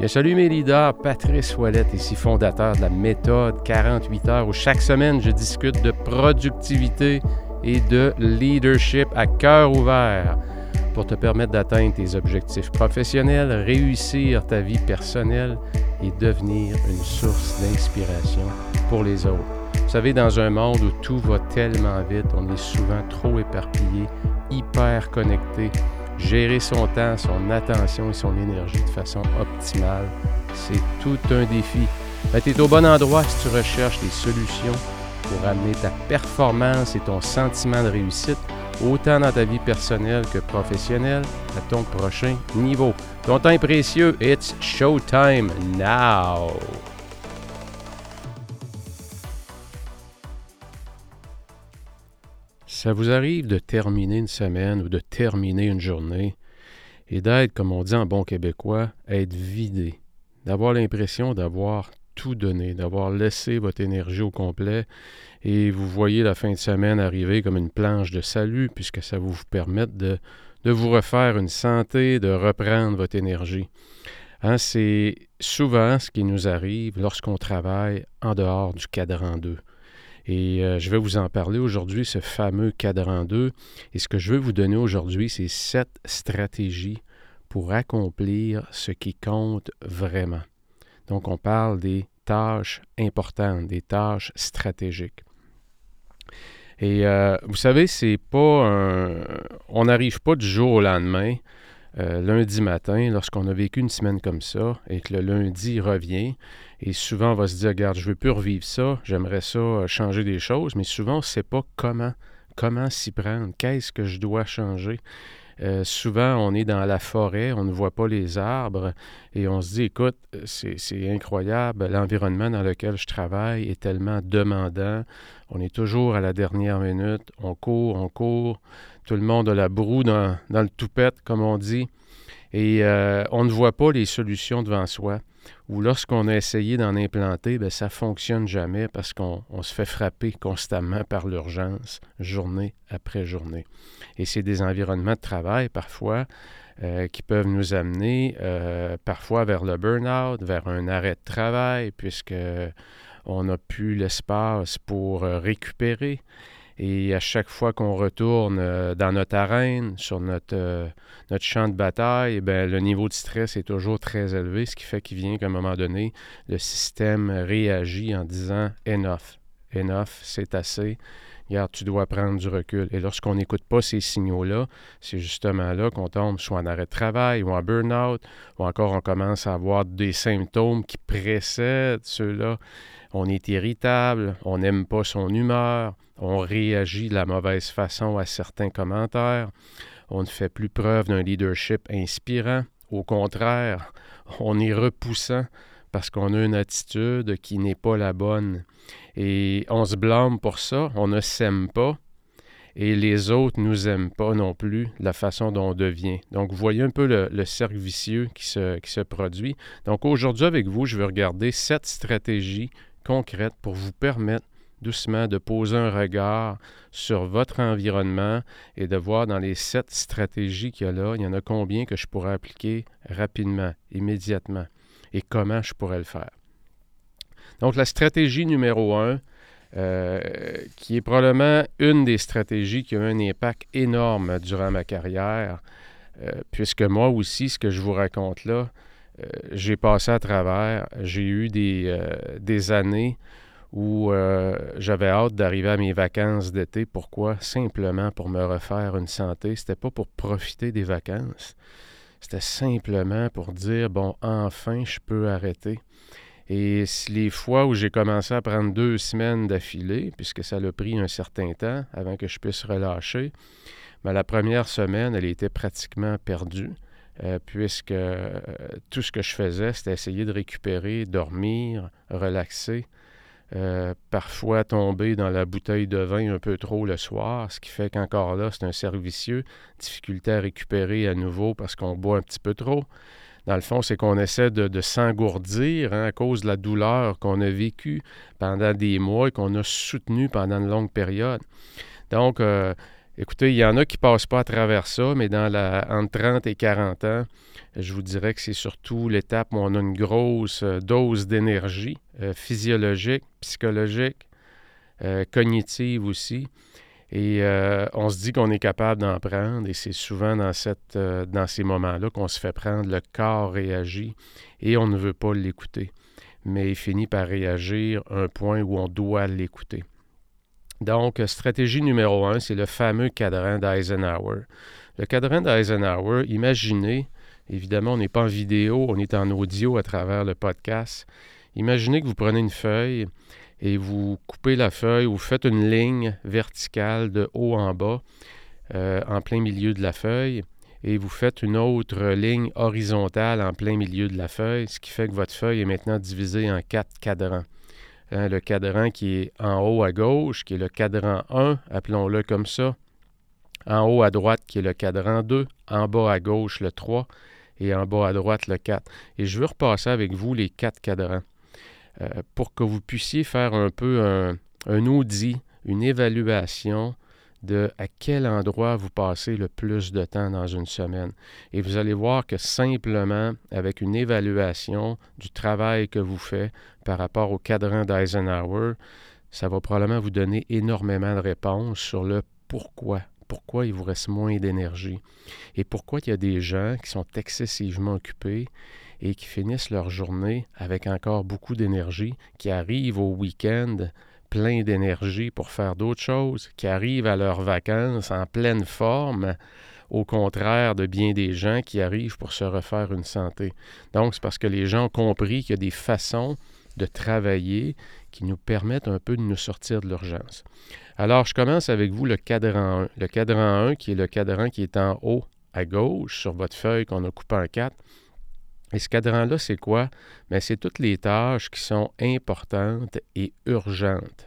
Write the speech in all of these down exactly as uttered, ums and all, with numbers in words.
Bien, salut mes leaders, Patrice Ouellette, ici fondateur de la méthode quarante-huit heures où chaque semaine je discute de productivité et de leadership à cœur ouvert pour te permettre d'atteindre tes objectifs professionnels, réussir ta vie personnelle et devenir une source d'inspiration pour les autres. Vous savez, dans un monde où tout va tellement vite, on est souvent trop éparpillé, hyper connecté. Gérer son temps, son attention et son énergie de façon optimale, c'est tout un défi. Ben, tu es au bon endroit si tu recherches des solutions pour amener ta performance et ton sentiment de réussite, autant dans ta vie personnelle que professionnelle, à ton prochain niveau. Ton temps est précieux, it's showtime now! Ça vous arrive de terminer une semaine ou de terminer une journée et d'être, comme on dit en bon québécois, être vidé, d'avoir l'impression d'avoir tout donné, d'avoir laissé votre énergie au complet et vous voyez la fin de semaine arriver comme une planche de salut puisque ça va vous permettre de, de vous refaire une santé, de reprendre votre énergie. Hein, c'est souvent ce qui nous arrive lorsqu'on travaille en dehors du cadran deux. Et euh, je vais vous en parler aujourd'hui, ce fameux cadran deux. Et ce que je veux vous donner aujourd'hui, c'est sept stratégies pour accomplir ce qui compte vraiment. Donc, on parle des tâches importantes, des tâches stratégiques. Et euh, vous savez, c'est pas un... on n'arrive pas du jour au lendemain, euh, lundi matin, lorsqu'on a vécu une semaine comme ça, et que le lundi revient. Et souvent, on va se dire, regarde, je ne veux plus revivre ça, j'aimerais ça changer des choses, mais souvent, on ne sait pas comment, comment s'y prendre, qu'est-ce que je dois changer. Euh, souvent, on est dans la forêt, on ne voit pas les arbres et on se dit, écoute, c'est, c'est incroyable, l'environnement dans lequel je travaille est tellement demandant, on est toujours à la dernière minute, on court, on court, tout le monde a la broue dans, dans le toupette, comme on dit, et euh, on ne voit pas les solutions devant soi. Ou lorsqu'on a essayé d'en implanter, bien, ça ne fonctionne jamais parce qu'on on se fait frapper constamment par l'urgence, journée après journée. Et c'est des environnements de travail, parfois, euh, qui peuvent nous amener euh, parfois vers le burn-out, vers un arrêt de travail, puisqu'on n'a plus l'espace pour euh, récupérer. Et à chaque fois qu'on retourne euh, dans notre arène, sur notre, euh, notre champ de bataille, bien, le niveau de stress est toujours très élevé, ce qui fait qu'il vient qu'à un moment donné, le système réagit en disant « enough, enough, c'est assez, regarde, tu dois prendre du recul ». Et lorsqu'on n'écoute pas ces signaux-là, c'est justement là qu'on tombe soit en arrêt de travail ou en burn-out, ou encore on commence à avoir des symptômes qui précèdent ceux-là. On est irritable, on n'aime pas son humeur, on réagit de la mauvaise façon à certains commentaires, on ne fait plus preuve d'un leadership inspirant. Au contraire, on est repoussant parce qu'on a une attitude qui n'est pas la bonne. Et on se blâme pour ça, on ne s'aime pas et les autres ne nous aiment pas non plus de la façon dont on devient. Donc, vous voyez un peu le, le cercle vicieux qui se, qui se produit. Donc, aujourd'hui, avec vous, je vais regarder sept stratégies concrètes pour vous permettre doucement de poser un regard sur votre environnement et de voir dans les sept stratégies qu'il y a là, il y en a combien que je pourrais appliquer rapidement, immédiatement, et comment je pourrais le faire. Donc, la stratégie numéro un, euh, qui est probablement une des stratégies qui a eu un impact énorme durant ma carrière, euh, puisque moi aussi, ce que je vous raconte là, euh, j'ai passé à travers, j'ai eu des, euh, des années où euh, j'avais hâte d'arriver à mes vacances d'été. Pourquoi? Simplement pour me refaire une santé. C'était pas pour profiter des vacances. C'était simplement pour dire, bon, enfin, je peux arrêter. Et les fois où j'ai commencé à prendre deux semaines d'affilée, puisque ça a pris un certain temps avant que je puisse relâcher, bien, la première semaine, elle était pratiquement perdue. Euh, puisque euh, tout ce que je faisais, c'était essayer de récupérer, dormir, relaxer, euh, parfois tomber dans la bouteille de vin un peu trop le soir, ce qui fait qu'encore là, c'est un cercle vicieux, difficulté à récupérer à nouveau parce qu'on boit un petit peu trop. Dans le fond, c'est qu'on essaie de, de s'engourdir hein, à cause de la douleur qu'on a vécue pendant des mois et qu'on a soutenue pendant une longue période. Donc, euh, Écoutez, il y en a qui ne passent pas à travers ça, mais dans la, entre trente et quarante ans, je vous dirais que c'est surtout l'étape où on a une grosse euh, dose d'énergie euh, physiologique, psychologique, euh, cognitive aussi. Et euh, on se dit qu'on est capable d'en prendre, et c'est souvent dans, cette, euh, dans ces moments-là qu'on se fait prendre, le corps réagit, et on ne veut pas l'écouter. Mais il finit par réagir à un point où on doit l'écouter. Donc, stratégie numéro un, c'est le fameux cadran d'Eisenhower. Le cadran d'Eisenhower, imaginez, évidemment, on n'est pas en vidéo, on est en audio à travers le podcast. Imaginez que vous prenez une feuille et vous coupez la feuille, vous faites une ligne verticale de haut en bas, euh, en plein milieu de la feuille, et vous faites une autre ligne horizontale en plein milieu de la feuille, ce qui fait que votre feuille est maintenant divisée en quatre cadrans. Hein, le cadran qui est en haut à gauche, qui est le cadran un, appelons-le comme ça. En haut à droite, qui est le cadran deux. En bas à gauche, le trois. Et en bas à droite, le quatre. Et je veux repasser avec vous les quatre cadrans euh, pour que vous puissiez faire un peu un, un audit, une évaluation de à quel endroit vous passez le plus de temps dans une semaine. Et vous allez voir que simplement, avec une évaluation du travail que vous faites par rapport au cadran d'Eisenhower, ça va probablement vous donner énormément de réponses sur le pourquoi. Pourquoi il vous reste moins d'énergie. Et pourquoi il y a des gens qui sont excessivement occupés et qui finissent leur journée avec encore beaucoup d'énergie, qui arrivent au week-end plein d'énergie pour faire d'autres choses, qui arrivent à leurs vacances en pleine forme, au contraire de bien des gens qui arrivent pour se refaire une santé. Donc, c'est parce que les gens ont compris qu'il y a des façons de travailler qui nous permettent un peu de nous sortir de l'urgence. Alors, je commence avec vous le cadran un. Le cadran un, qui est le cadran qui est en haut à gauche sur votre feuille qu'on a coupé en quatre. Et ce cadran-là, c'est quoi? Bien, c'est toutes les tâches qui sont importantes et urgentes.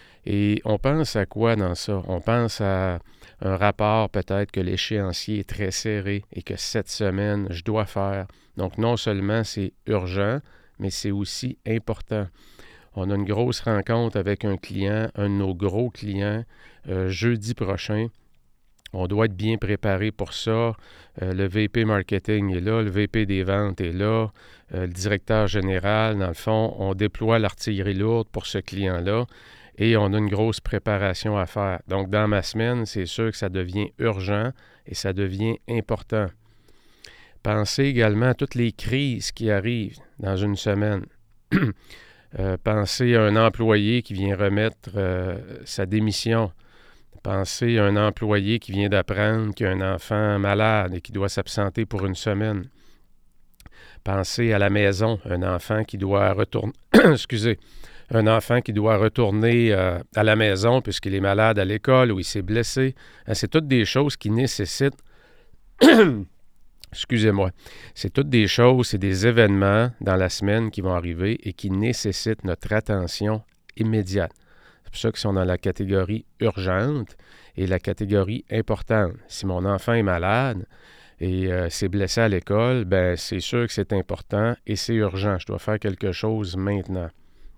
Et on pense à quoi dans ça? On pense à un rapport peut-être que l'échéancier est très serré et que cette semaine, je dois faire. Donc, non seulement c'est urgent, mais c'est aussi important. On a une grosse rencontre avec un client, un de nos gros clients, euh, jeudi prochain. On doit être bien préparé pour ça. Euh, le V P marketing est là, le V P des ventes est là, euh, le directeur général, dans le fond, on déploie l'artillerie lourde pour ce client-là et on a une grosse préparation à faire. Donc, dans ma semaine, c'est sûr que ça devient urgent et ça devient important. Pensez également à toutes les crises qui arrivent dans une semaine. euh, pensez à un employé qui vient remettre euh, sa démission. Pensez à un employé qui vient d'apprendre qu'il y a un enfant malade et qui doit s'absenter pour une semaine. Pensez à la maison, un enfant qui doit retourner, excusez, un enfant qui doit retourner euh, à la maison puisqu'il est malade à l'école ou il s'est blessé. Hein, c'est toutes des choses qui nécessitent, excusez-moi, c'est toutes des choses, c'est des événements dans la semaine qui vont arriver et qui nécessitent notre attention immédiate. C'est pour ça qu'ils sont dans la catégorie urgente et la catégorie importante. Si mon enfant est malade et euh, s'est blessé à l'école, ben c'est sûr que c'est important et c'est urgent. Je dois faire quelque chose maintenant.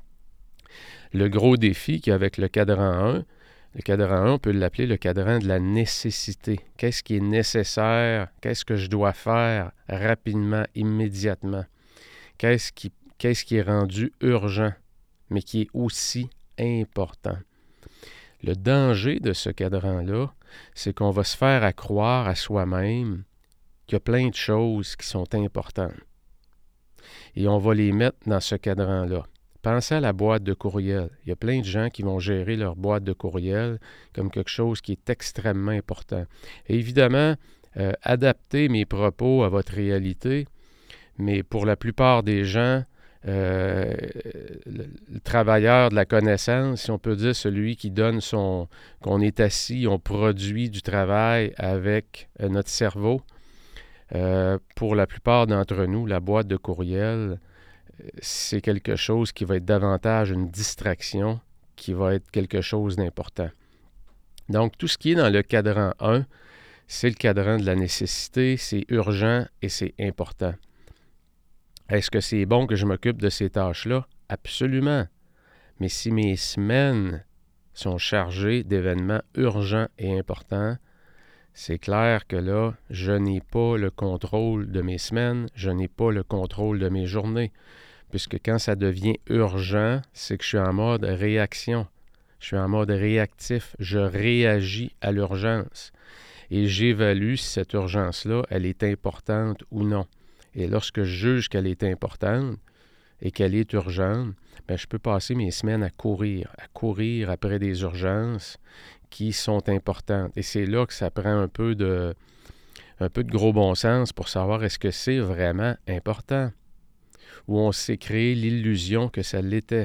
Le gros défi qu'il y a avec le cadran un, le cadran un, on peut l'appeler le cadran de la nécessité. Qu'est-ce qui est nécessaire? Qu'est-ce que je dois faire rapidement, immédiatement? Qu'est-ce qui, qu'est-ce qui est rendu urgent, mais qui est aussi important. Le danger de ce cadran-là, c'est qu'on va se faire à croire à soi-même qu'il y a plein de choses qui sont importantes. Et on va les mettre dans ce cadran-là. Pensez à la boîte de courriel. Il y a plein de gens qui vont gérer leur boîte de courriel comme quelque chose qui est extrêmement important. Et évidemment, euh, adaptez mes propos à votre réalité, mais pour la plupart des gens, Euh, le, le travailleur de la connaissance, si on peut dire, celui qui donne son... qu'on est assis, on produit du travail avec euh, notre cerveau. Euh, pour la plupart d'entre nous, la boîte de courriel, c'est quelque chose qui va être davantage une distraction, qui va être quelque chose d'important. Donc, tout ce qui est dans le cadran un, c'est le cadran de la nécessité, c'est urgent et c'est important. Est-ce que c'est bon que je m'occupe de ces tâches-là? Absolument. Mais si mes semaines sont chargés d'événements urgents et importants, c'est clair que là, je n'ai pas le contrôle de mes semaines, je n'ai pas le contrôle de mes journées, puisque quand ça devient urgent, c'est que je suis en mode réaction, je suis en mode réactif, je réagis à l'urgence et j'évalue si cette urgence-là, elle est importante ou non. Et lorsque je juge qu'elle est importante et qu'elle est urgente, bien, je peux passer mes semaines à courir, à courir après des urgences qui sont importantes. Et c'est là que ça prend un peu de, un peu de gros bon sens pour savoir est-ce que c'est vraiment important ou on s'est créé l'illusion que ça l'était.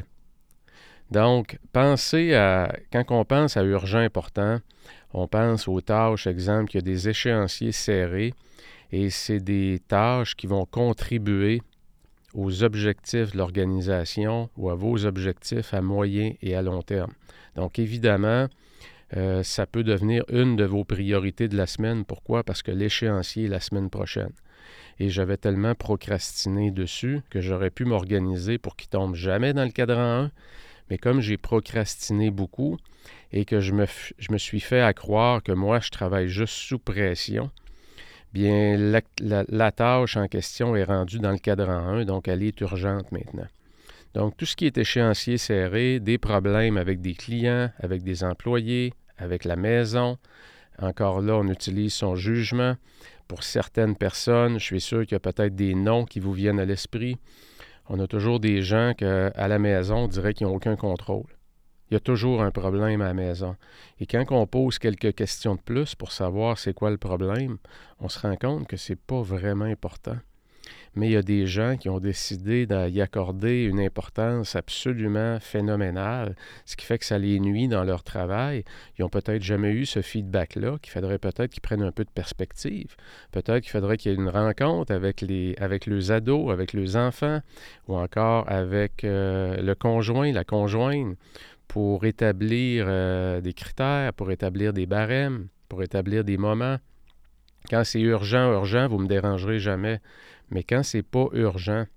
Donc, pensez à, quand on pense à urgent important, on pense aux tâches, exemple, il y a des échéanciers serrés et c'est des tâches qui vont contribuer aux objectifs de l'organisation ou à vos objectifs à moyen et à long terme. Donc, évidemment, euh, ça peut devenir une de vos priorités de la semaine. Pourquoi? Parce que l'échéancier est la semaine prochaine. Et j'avais tellement procrastiné dessus que j'aurais pu m'organiser pour qu'il ne tombe jamais dans le cadran un. Mais comme j'ai procrastiné beaucoup et que je me, f- je me suis fait à croire que moi, je travaille juste sous pression, bien, la, la, la tâche en question est rendue dans le cadran un, donc elle est urgente maintenant. Donc, tout ce qui est échéancier serré, des problèmes avec des clients, avec des employés, avec la maison, encore là, on utilise son jugement. Pour certaines personnes, je suis sûr qu'il y a peut-être des noms qui vous viennent à l'esprit. On a toujours des gens qu'à la maison, on dirait qu'ils n'ont aucun contrôle. Il y a toujours un problème à la maison. Et quand on pose quelques questions de plus pour savoir c'est quoi le problème, on se rend compte que c'est pas vraiment important. Mais il y a des gens qui ont décidé d'y accorder une importance absolument phénoménale, ce qui fait que ça les nuit dans leur travail. Ils n'ont peut-être jamais eu ce feedback-là, qu'il faudrait peut-être qu'ils prennent un peu de perspective. Peut-être qu'il faudrait qu'il y ait une rencontre avec, les, avec leurs ados, avec leurs enfants, ou encore avec euh, le conjoint, la conjointe, pour établir euh, des critères, pour établir des barèmes, pour établir des moments. Quand c'est urgent, urgent, vous ne me dérangerez jamais. Mais quand c'est pas urgent,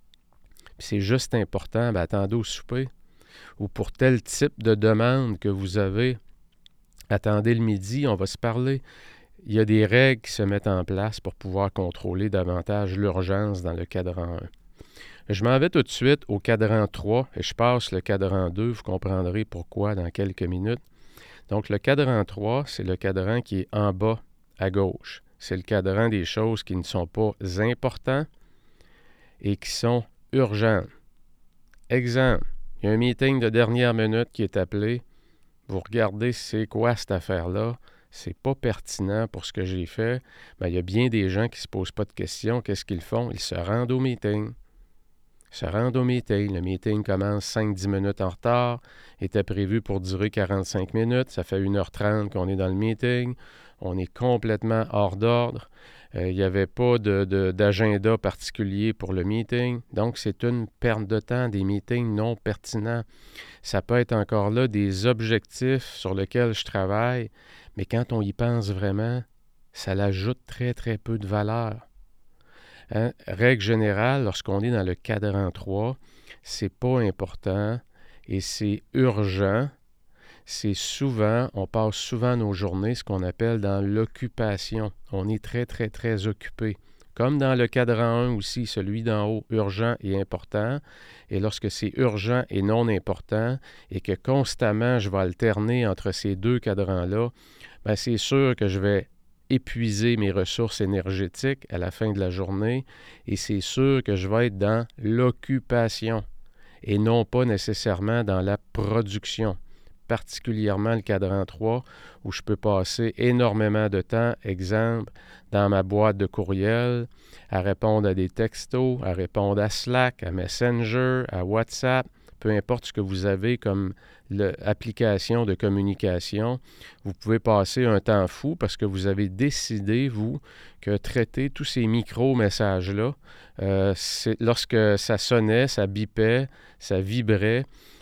puis c'est juste important, bien, attendez au souper. Ou pour tel type de demande que vous avez, attendez le midi, on va se parler. Il y a des règles qui se mettent en place pour pouvoir contrôler davantage l'urgence dans le cadran un. Je m'en vais tout de suite au cadran trois et je passe le cadran deux. Vous comprendrez pourquoi dans quelques minutes. Donc, le cadran trois, c'est le cadran qui est en bas à gauche. C'est le cadran des choses qui ne sont pas importantes et qui sont urgentes. Exemple, il y a un meeting de dernière minute qui est appelé. Vous regardez c'est quoi cette affaire-là. C'est pas pertinent pour ce que j'ai fait. Bien, il y a bien des gens qui ne se posent pas de questions. Qu'est-ce qu'ils font? Ils se rendent au meeting. Ils se rendent au meeting. Le meeting commence cinq à dix minutes en retard. Était prévu pour durer quarante-cinq minutes. Ça fait une heure trente qu'on est dans le meeting. On est complètement hors d'ordre. Euh, il n'y avait pas de, de, d'agenda particulier pour le meeting. Donc, c'est une perte de temps, des meetings non pertinents. Ça peut être encore là des objectifs sur lesquels je travaille, mais quand on y pense vraiment, ça l'ajoute très, très peu de valeur. Hein? Règle générale, lorsqu'on est dans le cadran trois, c'est pas important et c'est urgent. C'est souvent, on passe souvent nos journées, ce qu'on appelle dans l'occupation. On est très, très, très occupé. Comme dans le cadran un aussi, celui d'en haut, urgent et important. Et lorsque c'est urgent et non important, et que constamment je vais alterner entre ces deux cadrans-là, bien c'est sûr que je vais épuiser mes ressources énergétiques à la fin de la journée, et c'est sûr que je vais être dans l'occupation, et non pas nécessairement dans la production. Particulièrement le cadran trois, où je peux passer énormément de temps, exemple, dans ma boîte de courriel, à répondre à des textos, à répondre à Slack, à Messenger, à WhatsApp, peu importe ce que vous avez comme le, application de communication, vous pouvez passer un temps fou parce que vous avez décidé, vous, que traiter tous ces micro-messages-là, euh, c'est, lorsque ça sonnait, ça bipait, ça vibrait,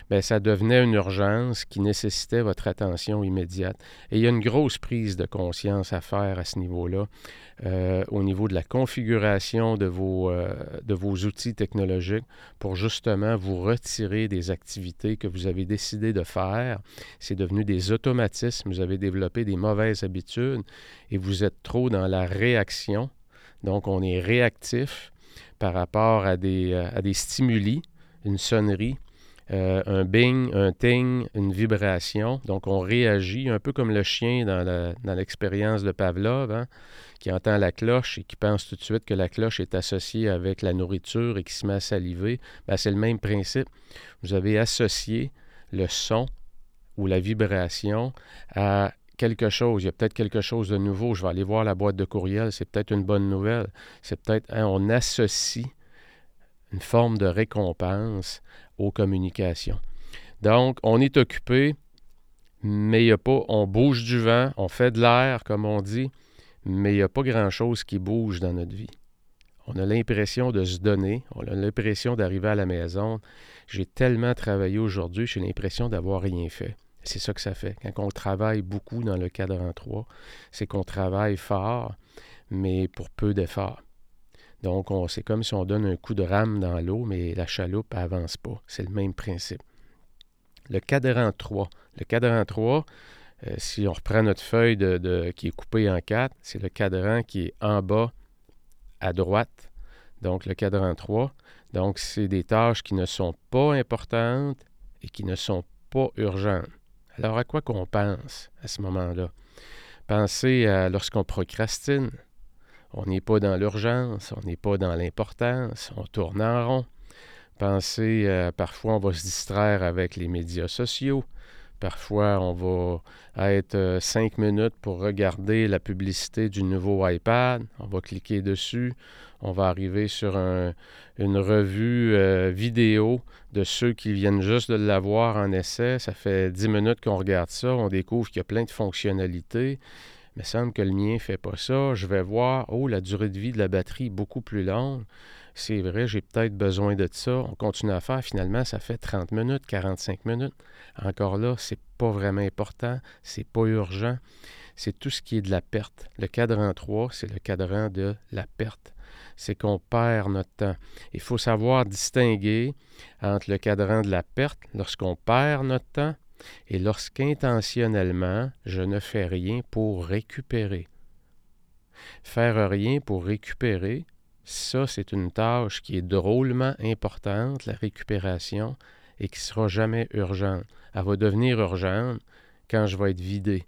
bien, ça devenait une urgence qui nécessitait votre attention immédiate. Et il y a une grosse prise de conscience à faire à ce niveau-là, euh, au niveau de la configuration de vos, euh, de vos outils technologiques pour justement vous retirer des activités que vous avez décidé de faire. C'est devenu des automatismes, vous avez développé des mauvaises habitudes et vous êtes trop dans la réaction. Donc, on est réactif par rapport à des, à des stimuli, une sonnerie, euh, un bing, un ting, une vibration. Donc, on réagit un peu comme le chien dans, la, dans l'expérience de Pavlov, hein, qui entend la cloche et qui pense tout de suite que la cloche est associée avec la nourriture et qui se met à saliver. Bien, c'est le même principe. Vous avez associé le son ou la vibration à quelque chose. Il y a peut-être quelque chose de nouveau. Je vais aller voir la boîte de courriel. C'est peut-être une bonne nouvelle. C'est peut-être, hein, on associe une forme de récompense aux communications. Donc, on est occupé, mais il n'y a pas, on bouge du vent, on fait de l'air, comme on dit, mais il n'y a pas grand-chose qui bouge dans notre vie. On a l'impression de se donner, on a l'impression d'arriver à la maison. J'ai tellement travaillé aujourd'hui, j'ai l'impression d'avoir rien fait. C'est ça que ça fait. Quand on travaille beaucoup dans le cadran trois, c'est qu'on travaille fort, mais pour peu d'efforts. Donc, on, c'est comme si on donne un coup de rame dans l'eau, mais la chaloupe n'avance pas. C'est le même principe. Le cadran trois. Le cadran trois, euh, si on reprend notre feuille de, de, qui est coupée en quatre, c'est le cadran qui est en bas à droite. Donc, le cadran trois. Donc, c'est des tâches qui ne sont pas importantes et qui ne sont pas urgentes. Alors, à quoi qu'on pense à ce moment-là? Pensez à lorsqu'on procrastine. On n'est pas dans l'urgence, on n'est pas dans l'importance, on tourne en rond. Pensez, euh, parfois, on va se distraire avec les médias sociaux. Parfois, on va être euh, cinq minutes pour regarder la publicité du nouveau iPad. On va cliquer dessus. On va arriver sur un, une revue euh, vidéo de ceux qui viennent juste de l'avoir en essai. Ça fait dix minutes qu'on regarde ça. On découvre qu'il y a plein de fonctionnalités. Il me semble que le mien ne fait pas ça. Je vais voir, oh, la durée de vie de la batterie est beaucoup plus longue. C'est vrai, j'ai peut-être besoin de ça. On continue à faire. Finalement, ça fait trente minutes, quarante-cinq minutes. Encore là, c'est pas vraiment important. C'est pas urgent. C'est tout ce qui est de la perte. Le cadran trois, c'est le cadran de la perte. C'est qu'on perd notre temps. Il faut savoir distinguer entre le cadran de la perte, lorsqu'on perd notre temps, et lorsqu'intentionnellement, je ne fais rien pour récupérer. Faire rien pour récupérer, ça, c'est une tâche qui est drôlement importante, la récupération, et qui ne sera jamais urgente. Elle va devenir urgente quand je vais être vidé.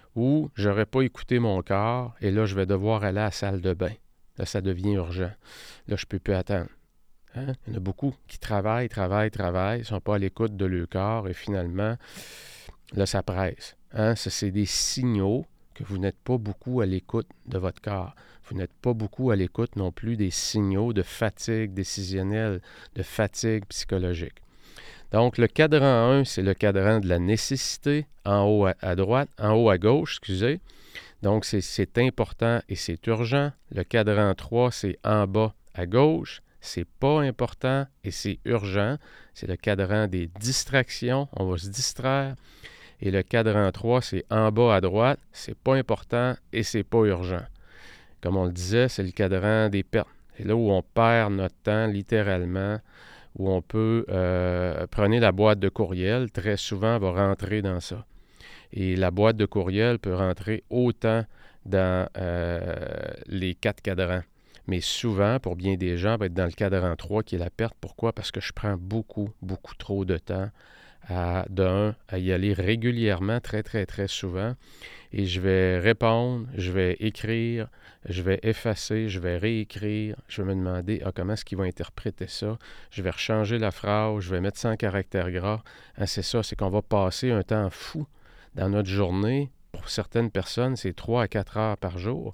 Ou je n'aurai pas écouté mon corps, et là, je vais devoir aller à la salle de bain. Là, ça devient urgent. Là, je ne peux plus attendre. Hein? Il y en a beaucoup qui travaillent, travaillent, travaillent, ne sont pas à l'écoute de leur corps, et finalement, là, ça presse. Hein? Ça, c'est des signaux que vous n'êtes pas beaucoup à l'écoute de votre corps. Vous n'êtes pas beaucoup à l'écoute non plus des signaux de fatigue décisionnelle, de fatigue psychologique. Donc, le cadran un, c'est le cadran de la nécessité, en haut à, à droite, en haut à gauche, excusez. Donc, c'est, c'est important et c'est urgent. Le cadran trois, c'est en bas à gauche. C'est pas important et c'est urgent. C'est le cadran des distractions. On va se distraire. Et le cadran trois, c'est en bas à droite. C'est pas important et c'est pas urgent. Comme on le disait, c'est le cadran des pertes. C'est là où on perd notre temps, littéralement, où on peut... Euh, prenez la boîte de courriel. Très souvent, on va rentrer dans ça. Et la boîte de courriel peut rentrer autant dans euh, les quatre cadrans. Mais souvent, pour bien des gens, va être dans le cadran trois qui est la perte. Pourquoi? Parce que je prends beaucoup, beaucoup trop de temps à, d'un, à y aller régulièrement, très, très, très souvent. Et je vais répondre, je vais écrire, je vais effacer, je vais réécrire. Je vais me demander ah, comment est-ce qu'ils vont interpréter ça. Je vais rechanger la phrase, je vais mettre ça en caractère gras. Hein, c'est ça, c'est qu'on va passer un temps fou dans notre journée. Pour certaines personnes, c'est trois à quatre heures par jour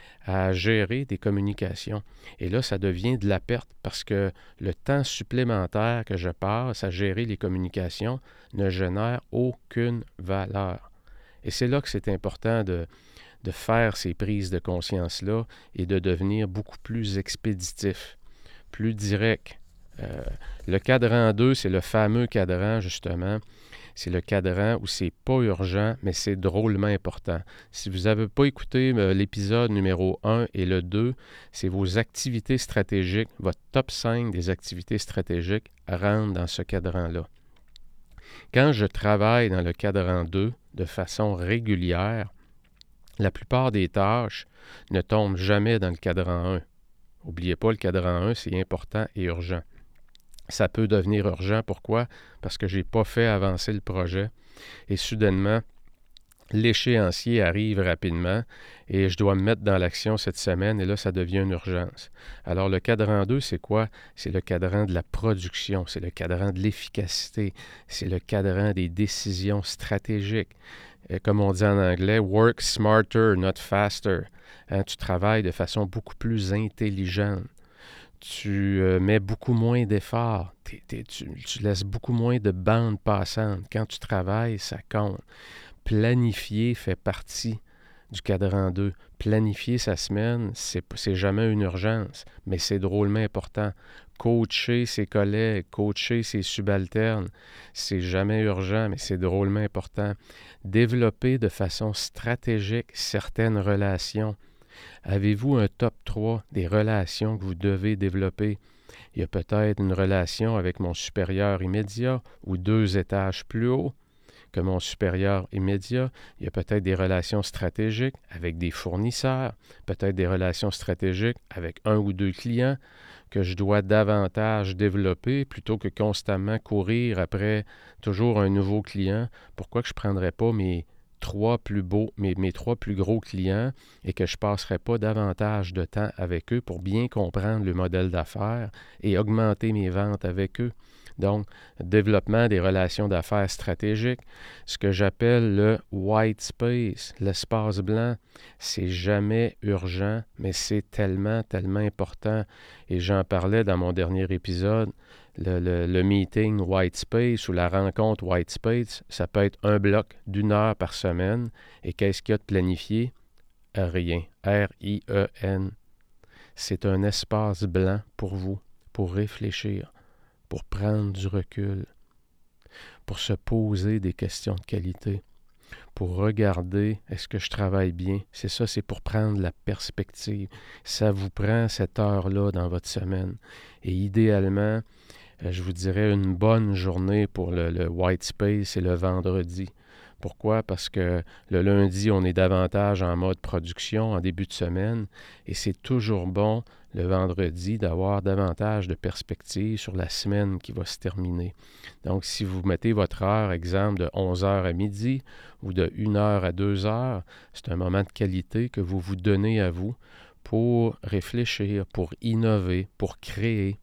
à gérer des communications. Et là, ça devient de la perte parce que le temps supplémentaire que je passe à gérer les communications ne génère aucune valeur. Et c'est là que c'est important de, de faire ces prises de conscience-là et de devenir beaucoup plus expéditif, plus direct, Euh, le cadran deux, c'est le fameux cadran, justement. C'est le cadran où c'est pas urgent, mais c'est drôlement important. Si vous n'avez pas écouté euh, l'épisode numéro un et le deux, c'est vos activités stratégiques, votre top cinq des activités stratégiques rentrent dans ce cadran-là. Quand je travaille dans le cadran deux de façon régulière, la plupart des tâches ne tombent jamais dans le cadran un. N'oubliez pas, le cadran un, c'est important et urgent. Ça peut devenir urgent. Pourquoi? Parce que je n'ai pas fait avancer le projet et soudainement, l'échéancier arrive rapidement et je dois me mettre dans l'action cette semaine et là, ça devient une urgence. Alors, le cadran deux, c'est quoi? C'est le cadran de la production, c'est le cadran de l'efficacité, c'est le cadran des décisions stratégiques. Et comme on dit en anglais, « work smarter, not faster ». Hein, tu travailles de façon beaucoup plus intelligente. Tu euh, mets beaucoup moins d'efforts. T'es, t'es, tu, tu laisses beaucoup moins de bandes passantes. Quand tu travailles, ça compte. Planifier fait partie du cadran deux. Planifier sa semaine, c'est, c'est jamais une urgence, mais c'est drôlement important. Coacher ses collègues, coacher ses subalternes, c'est jamais urgent, mais c'est drôlement important. Développer de façon stratégique certaines relations. Avez-vous un top trois des relations que vous devez développer? Il y a peut-être une relation avec mon supérieur immédiat ou deux étages plus haut que mon supérieur immédiat. Il y a peut-être des relations stratégiques avec des fournisseurs, peut-être des relations stratégiques avec un ou deux clients que je dois davantage développer plutôt que constamment courir après toujours un nouveau client. Pourquoi que je ne prendrais pas mes trois plus beaux, mes, mes trois plus gros clients et que je ne passerai pas davantage de temps avec eux pour bien comprendre le modèle d'affaires et augmenter mes ventes avec eux? Donc, développement des relations d'affaires stratégiques, ce que j'appelle le white space, l'espace blanc, c'est jamais urgent, mais c'est tellement, tellement important. Et j'en parlais dans mon dernier épisode, le, le, le meeting white space ou la rencontre white space, ça peut être un bloc d'une heure par semaine. Et qu'est-ce qu'il y a de planifié? Rien. R I E N. C'est un espace blanc pour vous, pour réfléchir, pour prendre du recul, pour se poser des questions de qualité, pour regarder est-ce que je travaille bien. C'est ça, c'est pour prendre la perspective. Ça vous prend cette heure-là dans votre semaine. Et idéalement, je vous dirais une bonne journée pour le, le white space, c'est le vendredi. Pourquoi? Parce que le lundi, on est davantage en mode production en début de semaine et c'est toujours bon le vendredi d'avoir davantage de perspectives sur la semaine qui va se terminer. Donc, si vous mettez votre heure, exemple, de onze heures à midi ou de une heure à deux heures, c'est un moment de qualité que vous vous donnez à vous pour réfléchir, pour innover, pour créer.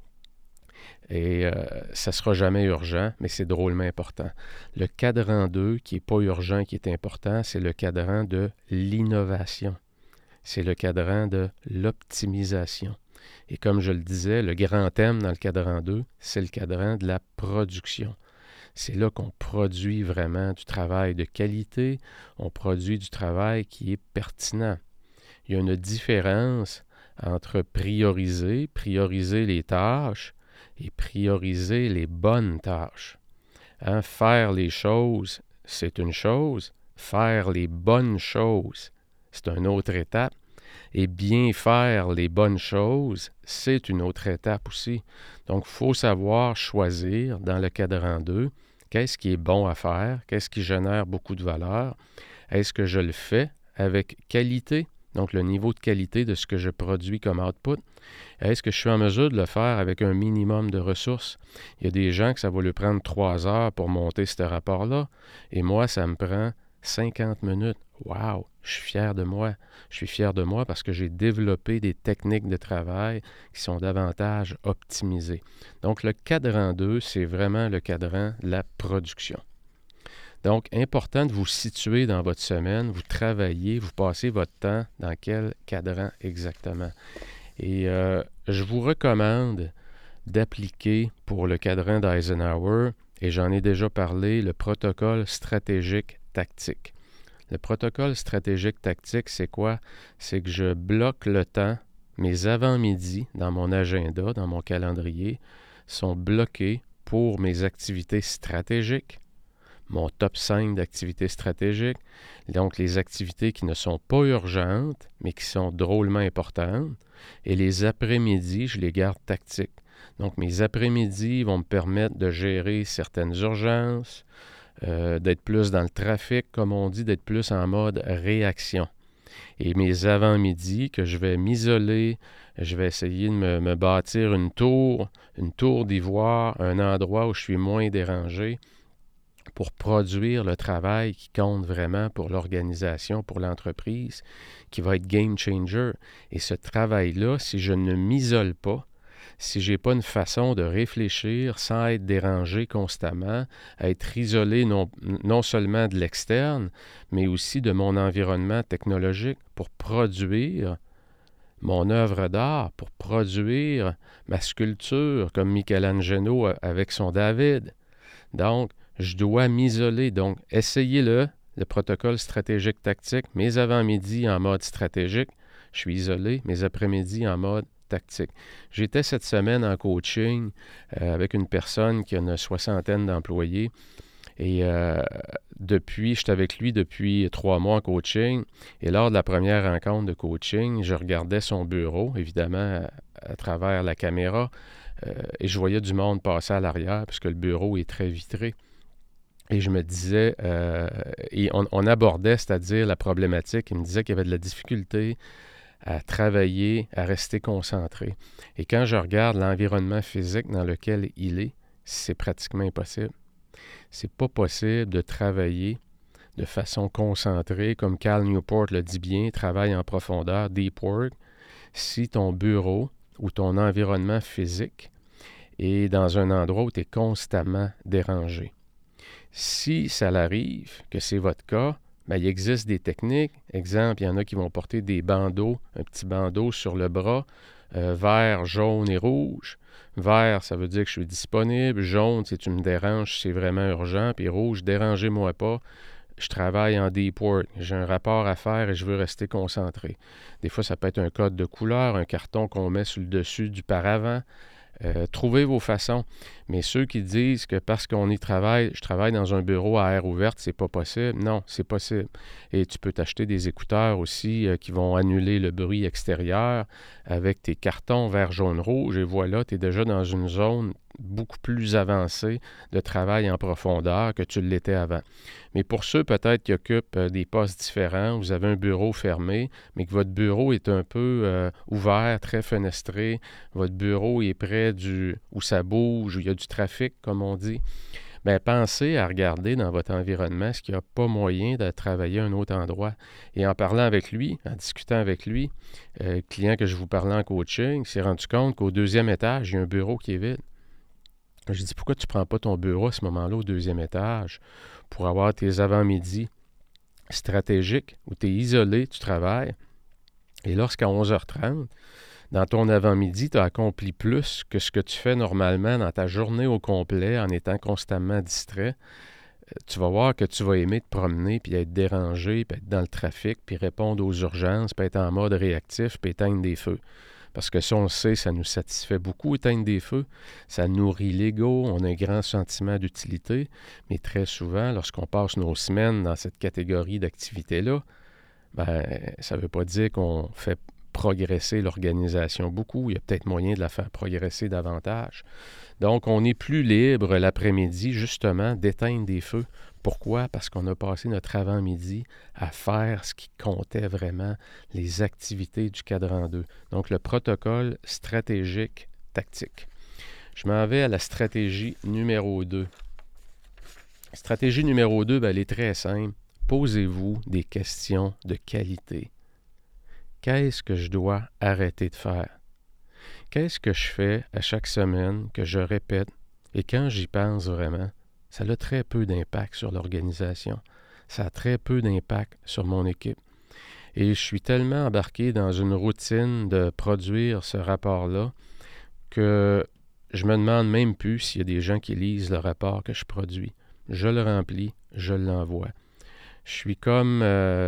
Et euh, ça ne sera jamais urgent, mais c'est drôlement important. Le cadran deux, qui n'est pas urgent, qui est important, c'est le cadran de l'innovation. C'est le cadran de l'optimisation. Et comme je le disais, le grand thème dans le cadran deux, c'est le cadran de la production. C'est là qu'on produit vraiment du travail de qualité, on produit du travail qui est pertinent. Il y a une différence entre prioriser, prioriser les tâches, et prioriser les bonnes tâches. Hein, faire les choses, c'est une chose. Faire les bonnes choses, c'est une autre étape. Et bien faire les bonnes choses, c'est une autre étape aussi. Donc, il faut savoir choisir dans le cadran deux, qu'est-ce qui est bon à faire, qu'est-ce qui génère beaucoup de valeur. Est-ce que je le fais avec qualité? Donc, le niveau de qualité de ce que je produis comme output. Est-ce que je suis en mesure de le faire avec un minimum de ressources? Il y a des gens que ça va leur prendre trois heures pour monter ce rapport-là, et moi, ça me prend cinquante minutes. Wow! Je suis fier de moi. Je suis fier de moi parce que j'ai développé des techniques de travail qui sont davantage optimisées. Donc, le cadran deux, c'est vraiment le cadran de la production. Donc, important de vous situer dans votre semaine, vous travaillez, vous passez votre temps dans quel cadran exactement. Et euh, je vous recommande d'appliquer pour le cadran d'Eisenhower, et j'en ai déjà parlé, le protocole stratégique tactique. Le protocole stratégique tactique, c'est quoi? C'est que je bloque le temps mes avant-midi dans mon agenda, dans mon calendrier, sont bloqués pour mes activités stratégiques, mon top cinq d'activités stratégiques, donc les activités qui ne sont pas urgentes, mais qui sont drôlement importantes. Et les après-midi, je les garde tactiques. Donc mes après-midi vont me permettre de gérer certaines urgences, euh, d'être plus dans le trafic, comme on dit, d'être plus en mode réaction. Et mes avant-midi, que je vais m'isoler, je vais essayer de me, me bâtir une tour, une tour d'ivoire, un endroit où je suis moins dérangé pour produire le travail qui compte vraiment pour l'organisation, pour l'entreprise, qui va être game changer. Et ce travail-là, si je ne m'isole pas, si je n'ai pas une façon de réfléchir sans être dérangé constamment, à être isolé non, non seulement de l'externe, mais aussi de mon environnement technologique pour produire mon œuvre d'art, pour produire ma sculpture comme Michelangelo avec son David. Donc, je dois m'isoler. Donc, essayez-le, le protocole stratégique tactique, mes avant-midi en mode stratégique, je suis isolé, mes après-midi en mode tactique. J'étais cette semaine en coaching euh, avec une personne qui a une soixantaine d'employés et euh, depuis, j'étais avec lui depuis trois mois en coaching et lors de la première rencontre de coaching, je regardais son bureau, évidemment à, à travers la caméra euh, et je voyais du monde passer à l'arrière puisque le bureau est très vitré. Et je me disais, euh, et on, on abordait, c'est-à-dire la problématique, il me disait qu'il y avait de la difficulté à travailler, à rester concentré. Et quand je regarde l'environnement physique dans lequel il est, c'est pratiquement impossible. C'est pas possible de travailler de façon concentrée, comme Cal Newport le dit bien, travail en profondeur, deep work, si ton bureau ou ton environnement physique est dans un endroit où tu es constamment dérangé. Si ça l'arrive, que c'est votre cas, bien, il existe des techniques. Exemple, il y en a qui vont porter des bandeaux, un petit bandeau sur le bras, euh, vert, jaune et rouge. Vert, ça veut dire que je suis disponible. Jaune, si tu me déranges, c'est vraiment urgent. Puis rouge, dérangez-moi pas. Je travaille en deep work. J'ai un rapport à faire et je veux rester concentré. Des fois, ça peut être un code de couleur, un carton qu'on met sur le dessus du paravent. Euh, trouvez vos façons. Mais ceux qui disent que parce qu'on y travaille, je travaille dans un bureau à air ouverte, c'est pas possible. Non, c'est possible. Et tu peux t'acheter des écouteurs aussi euh, qui vont annuler le bruit extérieur avec tes cartons vert, jaune, rouge. Et voilà, tu es déjà dans une zone beaucoup plus avancée de travail en profondeur que tu l'étais avant. Mais pour ceux peut-être qui occupent euh, des postes différents, vous avez un bureau fermé, mais que votre bureau est un peu euh, ouvert, très fenestré, votre bureau est près du où ça bouge, où il y a du trafic, comme on dit, bien, pensez à regarder dans votre environnement ce qu'il n'y a pas moyen de travailler à un autre endroit. Et en parlant avec lui, en discutant avec lui, euh, le client que je vous parlais en coaching s'est rendu compte qu'au deuxième étage, il y a un bureau qui est vide. J'ai dit, pourquoi tu ne prends pas ton bureau à ce moment-là au deuxième étage pour avoir tes avant-midi stratégiques où tu es isolé, tu travailles. Et lorsqu'à onze heures trente, dans ton avant-midi, tu as accompli plus que ce que tu fais normalement dans ta journée au complet en étant constamment distrait. Tu vas voir que tu vas aimer te promener, puis être dérangé, puis être dans le trafic, puis répondre aux urgences, puis être en mode réactif, puis éteindre des feux. Parce que ça, on le sait, ça nous satisfait beaucoup, éteindre des feux. Ça nourrit l'ego, on a un grand sentiment d'utilité. Mais très souvent, lorsqu'on passe nos semaines dans cette catégorie d'activité-là, ben, ça ne veut pas dire qu'on fait progresser l'organisation beaucoup. Il y a peut-être moyen de la faire progresser davantage. Donc, on est plus libre l'après-midi, justement, d'éteindre des feux. Pourquoi? Parce qu'on a passé notre avant-midi à faire ce qui comptait vraiment, les activités du cadran deux. Donc, le protocole stratégique tactique. Je m'en vais à la stratégie numéro deux. Stratégie numéro deux, ben, elle est très simple. Posez-vous des questions de qualité. Qu'est-ce que je dois arrêter de faire? Qu'est-ce que je fais à chaque semaine, que je répète, et quand j'y pense vraiment, ça a très peu d'impact sur l'organisation. Ça a très peu d'impact sur mon équipe. Et je suis tellement embarqué dans une routine de produire ce rapport-là que je me demande même plus s'il y a des gens qui lisent le rapport que je produis. Je le remplis, je l'envoie. Je suis comme... Euh,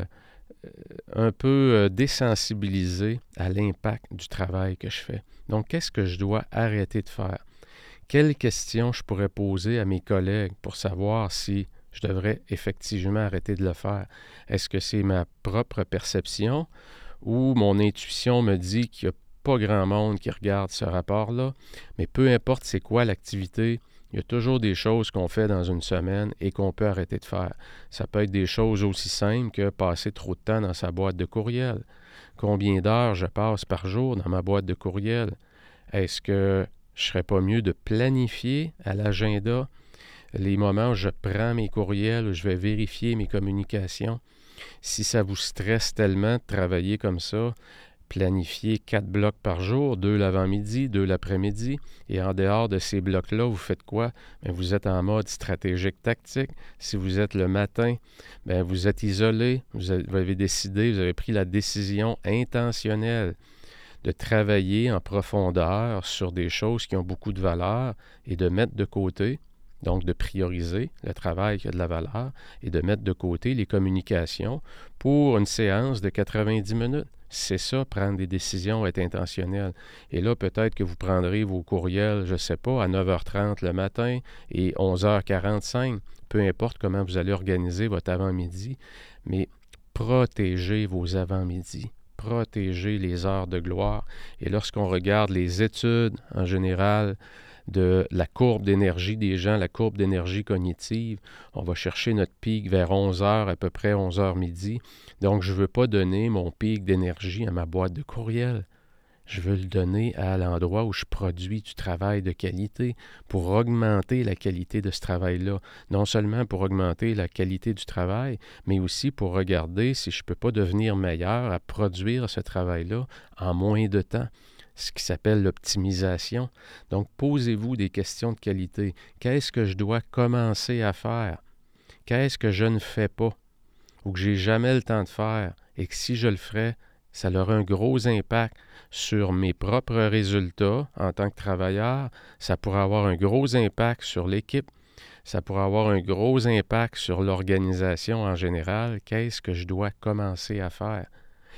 un peu euh, désensibilisé à l'impact du travail que je fais. Donc, qu'est-ce que je dois arrêter de faire? Quelles questions je pourrais poser à mes collègues pour savoir si je devrais effectivement arrêter de le faire? Est-ce que c'est ma propre perception ou mon intuition me dit qu'il n'y a pas grand monde qui regarde ce rapport-là? Mais peu importe c'est quoi l'activité, il y a toujours des choses qu'on fait dans une semaine et qu'on peut arrêter de faire. Ça peut être des choses aussi simples que passer trop de temps dans sa boîte de courriel. Combien d'heures je passe par jour dans ma boîte de courriel? Est-ce que je ne serais pas mieux de planifier à l'agenda les moments où je prends mes courriels, où je vais vérifier mes communications? Si ça vous stresse tellement de travailler comme ça, planifiez quatre blocs par jour, deux l'avant-midi, deux l'après-midi, et en dehors de ces blocs-là, vous faites quoi? Bien, vous êtes en mode stratégique tactique. Si vous êtes le matin, bien, vous êtes isolé, vous avez décidé, vous avez pris la décision intentionnelle de travailler en profondeur sur des choses qui ont beaucoup de valeur et de mettre de côté, donc de prioriser le travail qui a de la valeur et de mettre de côté les communications pour une séance de quatre-vingt-dix minutes. C'est ça, prendre des décisions, être intentionnel. Et là, peut-être que vous prendrez vos courriels, je ne sais pas, à neuf heures trente le matin et onze heures quarante-cinq, peu importe comment vous allez organiser votre avant-midi, mais protégez vos avant-midi. Protéger les heures de gloire. Et lorsqu'on regarde les études en général de la courbe d'énergie des gens, la courbe d'énergie cognitive, on va chercher notre pic vers onze heures, à peu près onze heures midi. Donc, je ne veux pas donner mon pic d'énergie à ma boîte de courriel. Je veux le donner à l'endroit où je produis du travail de qualité pour augmenter la qualité de ce travail-là. Non seulement pour augmenter la qualité du travail, mais aussi pour regarder si je ne peux pas devenir meilleur à produire ce travail-là en moins de temps, ce qui s'appelle l'optimisation. Donc, posez-vous des questions de qualité. Qu'est-ce que je dois commencer à faire? Qu'est-ce que je ne fais pas ou que je n'ai jamais le temps de faire et que si je le ferais, ça aura un gros impact sur mes propres résultats en tant que travailleur. Ça pourrait avoir un gros impact sur l'équipe. Ça pourrait avoir un gros impact sur l'organisation en général. Qu'est-ce que je dois commencer à faire?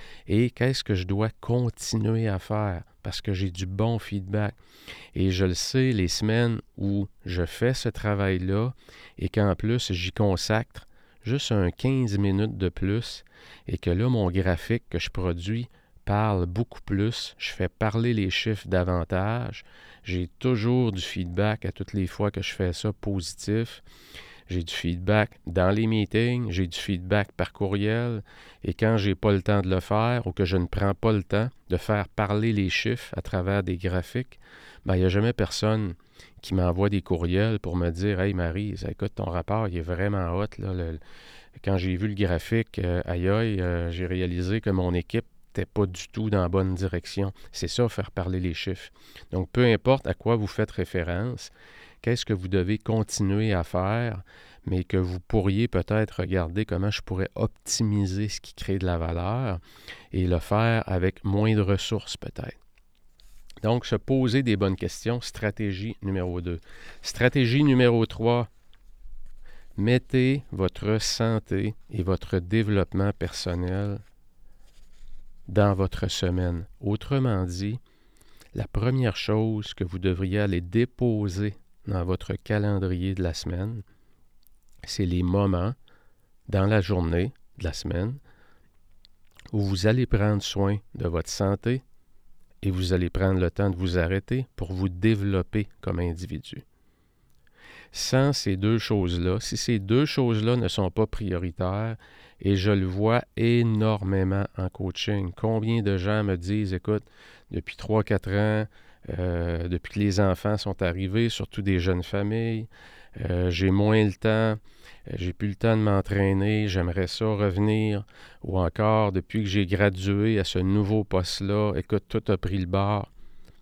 Et qu'est-ce que je dois continuer à faire? Parce que j'ai du bon feedback. Et je le sais, les semaines où je fais ce travail-là et qu'en plus j'y consacre juste un quinze minutes de plus et que là, mon graphique que je produis parle beaucoup plus, je fais parler les chiffres davantage, j'ai toujours du feedback à toutes les fois que je fais ça positif, j'ai du feedback dans les meetings, j'ai du feedback par courriel et quand j'ai pas le temps de le faire ou que je ne prends pas le temps de faire parler les chiffres à travers des graphiques, bien, il n'y a jamais personne qui m'envoie des courriels pour me dire « Hey Marie, écoute, ton rapport, il est vraiment hot. Là, le, quand j'ai vu le graphique, euh, aïe aïe, euh, j'ai réalisé que mon équipe n'était pas du tout dans la bonne direction. » C'est ça, faire parler les chiffres. Donc, peu importe à quoi vous faites référence, qu'est-ce que vous devez continuer à faire, mais que vous pourriez peut-être regarder comment je pourrais optimiser ce qui crée de la valeur et le faire avec moins de ressources peut-être. Donc, se poser des bonnes questions, stratégie numéro deux. Stratégie numéro trois, mettez votre santé et votre développement personnel dans votre semaine. Autrement dit, la première chose que vous devriez aller déposer dans votre calendrier de la semaine, c'est les moments dans la journée de la semaine où vous allez prendre soin de votre santé, et vous allez prendre le temps de vous arrêter pour vous développer comme individu. Sans ces deux choses-là, si ces deux choses-là ne sont pas prioritaires, et je le vois énormément en coaching, combien de gens me disent, écoute, depuis trois quatre ans, euh, depuis que les enfants sont arrivés, surtout des jeunes familles, euh, j'ai moins le temps, j'ai plus le temps de m'entraîner, j'aimerais ça revenir, ou encore, depuis que j'ai gradué à ce nouveau poste-là, écoute, tout a pris le bord.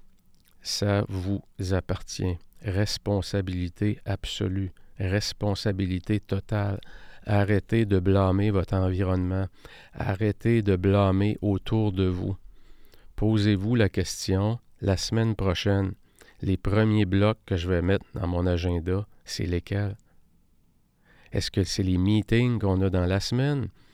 Ça vous appartient. Responsabilité absolue, responsabilité totale. Arrêtez de blâmer votre environnement. Arrêtez de blâmer autour de vous. Posez-vous la question, la semaine prochaine, les premiers blocs que je vais mettre dans mon agenda, c'est lesquels? Est-ce que c'est les meetings qu'on a dans la semaine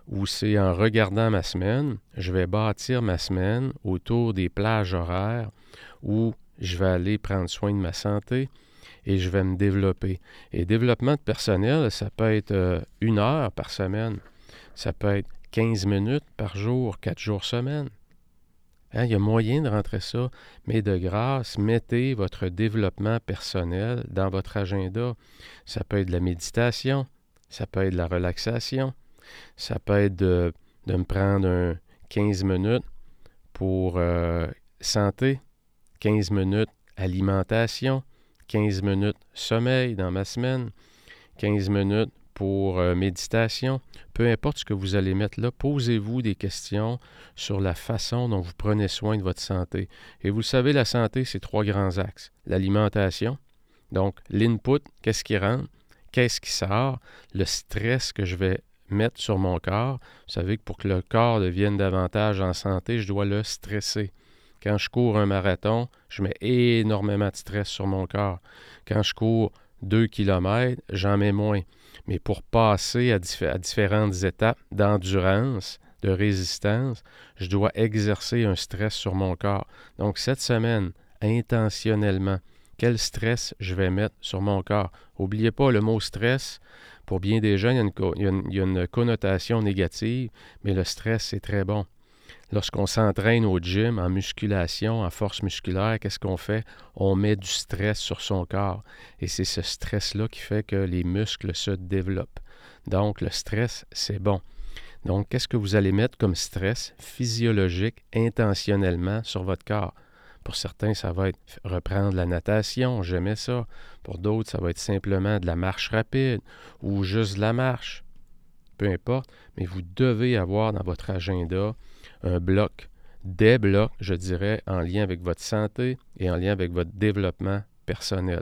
où c'est en regardant ma semaine, je vais bâtir ma semaine autour des plages horaires où je vais aller prendre soin de ma santé et je vais me développer. Et développement de personnel, ça peut être euh, une heure par semaine, ça peut être quinze minutes par jour, quatre jours semaine. Hein, il y a moyen de rentrer ça, mais de grâce, mettez votre développement personnel dans votre agenda. Ça peut être de la méditation, ça peut être de la relaxation, ça peut être de, de me prendre un quinze minutes pour euh, santé, quinze minutes alimentation, quinze minutes sommeil dans ma semaine, quinze minutes pour euh, méditation. Peu importe ce que vous allez mettre là, posez-vous des questions sur la façon dont vous prenez soin de votre santé. Et vous le savez, la santé, c'est trois grands axes. L'alimentation, donc l'input, qu'est-ce qui rentre, qu'est-ce qui sort, le stress que je vais mettre sur mon corps. Vous savez que pour que le corps devienne davantage en santé, je dois le stresser. Quand je cours un marathon, je mets énormément de stress sur mon corps. Quand je cours deux kilomètres, j'en mets moins. Mais pour passer à, diff- à différentes étapes d'endurance, de résistance, je dois exercer un stress sur mon corps. Donc cette semaine, intentionnellement, quel stress je vais mettre sur mon corps. N'oubliez pas, le mot stress, pour bien des gens, il y a une, co- il y a une, il y a une connotation négative, mais le stress, c'est très bon. Lorsqu'on s'entraîne au gym, en musculation, en force musculaire, qu'est-ce qu'on fait? On met du stress sur son corps. Et c'est ce stress-là qui fait que les muscles se développent. Donc, le stress, c'est bon. Donc, qu'est-ce que vous allez mettre comme stress physiologique intentionnellement sur votre corps? Pour certains, ça va être reprendre la natation, j'aimais ça. Pour d'autres, ça va être simplement de la marche rapide ou juste de la marche. Peu importe, mais vous devez avoir dans votre agenda un bloc, des blocs, je dirais, en lien avec votre santé et en lien avec votre développement personnel.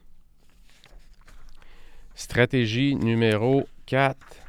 Stratégie numéro quatre.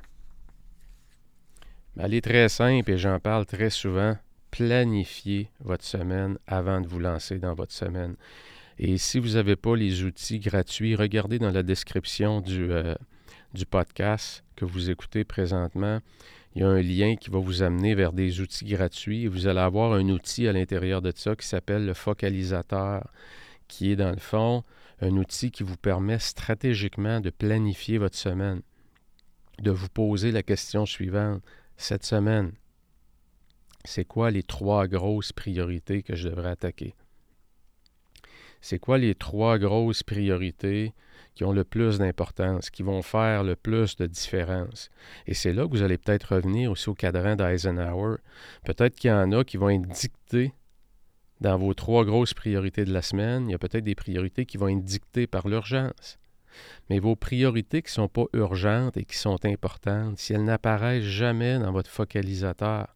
Elle est très simple et j'en parle très souvent. Planifiez votre semaine avant de vous lancer dans votre semaine. Et si vous n'avez pas les outils gratuits, regardez dans la description du, euh, du podcast que vous écoutez présentement. Il y a un lien qui va vous amener vers des outils gratuits et vous allez avoir un outil à l'intérieur de ça qui s'appelle le focalisateur, qui est dans le fond un outil qui vous permet stratégiquement de planifier votre semaine, de vous poser la question suivante. Cette semaine, c'est quoi les trois grosses priorités que je devrais attaquer? C'est quoi les trois grosses priorités qui ont le plus d'importance, qui vont faire le plus de différence? Et c'est là que vous allez peut-être revenir aussi au cadran d'Eisenhower. Peut-être qu'il y en a qui vont être dictés dans vos trois grosses priorités de la semaine. Il y a peut-être des priorités qui vont être dictées par l'urgence. Mais vos priorités qui ne sont pas urgentes et qui sont importantes, si elles n'apparaissent jamais dans votre focalisateur,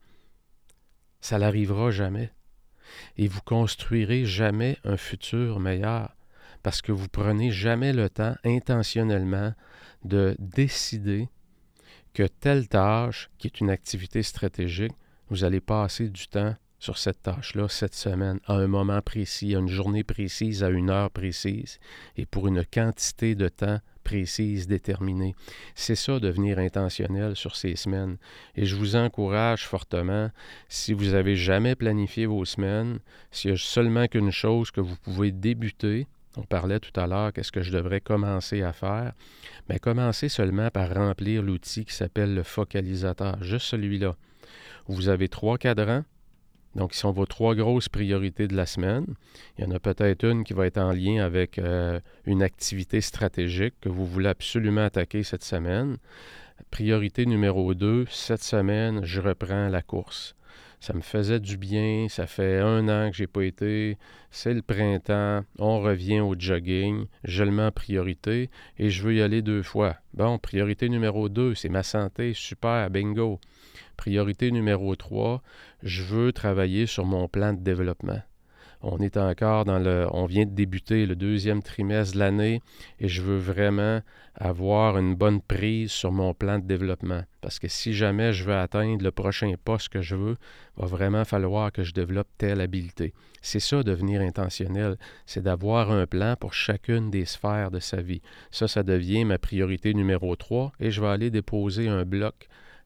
ça n'arrivera jamais. Et vous construirez jamais un futur meilleur parce que vous prenez jamais le temps intentionnellement de décider que telle tâche, qui est une activité stratégique, vous allez passer du temps sur cette tâche-là cette semaine, à un moment précis, à une journée précise, à une heure précise, et pour une quantité de temps précise, déterminée. C'est ça, devenir intentionnel sur ces semaines. Et je vous encourage fortement, si vous n'avez jamais planifié vos semaines, s'il y a seulement qu'une chose que vous pouvez débuter, on parlait tout à l'heure, qu'est-ce que je devrais commencer à faire, mais commencez seulement par remplir l'outil qui s'appelle le focalisateur, juste celui-là. Vous avez trois cadrans, donc, qui sont vos trois grosses priorités de la semaine. Il y en a peut-être une qui va être en lien avec euh, une activité stratégique que vous voulez absolument attaquer cette semaine. Priorité numéro deux, cette semaine, je reprends la course. Ça me faisait du bien, ça fait un an que je n'ai pas été, c'est le printemps, on revient au jogging, je le mets en priorité et je veux y aller deux fois. Bon, priorité numéro deux, c'est ma santé, super, bingo. Priorité numéro trois, je veux travailler sur mon plan de développement. On est encore dans le... On vient de débuter le deuxième trimestre de l'année et je veux vraiment avoir une bonne prise sur mon plan de développement. Parce que si jamais je veux atteindre le prochain poste que je veux, il va vraiment falloir que je développe telle habileté. C'est ça, devenir intentionnel. C'est d'avoir un plan pour chacune des sphères de sa vie. Ça, ça devient ma priorité numéro trois et je vais aller déposer un bloc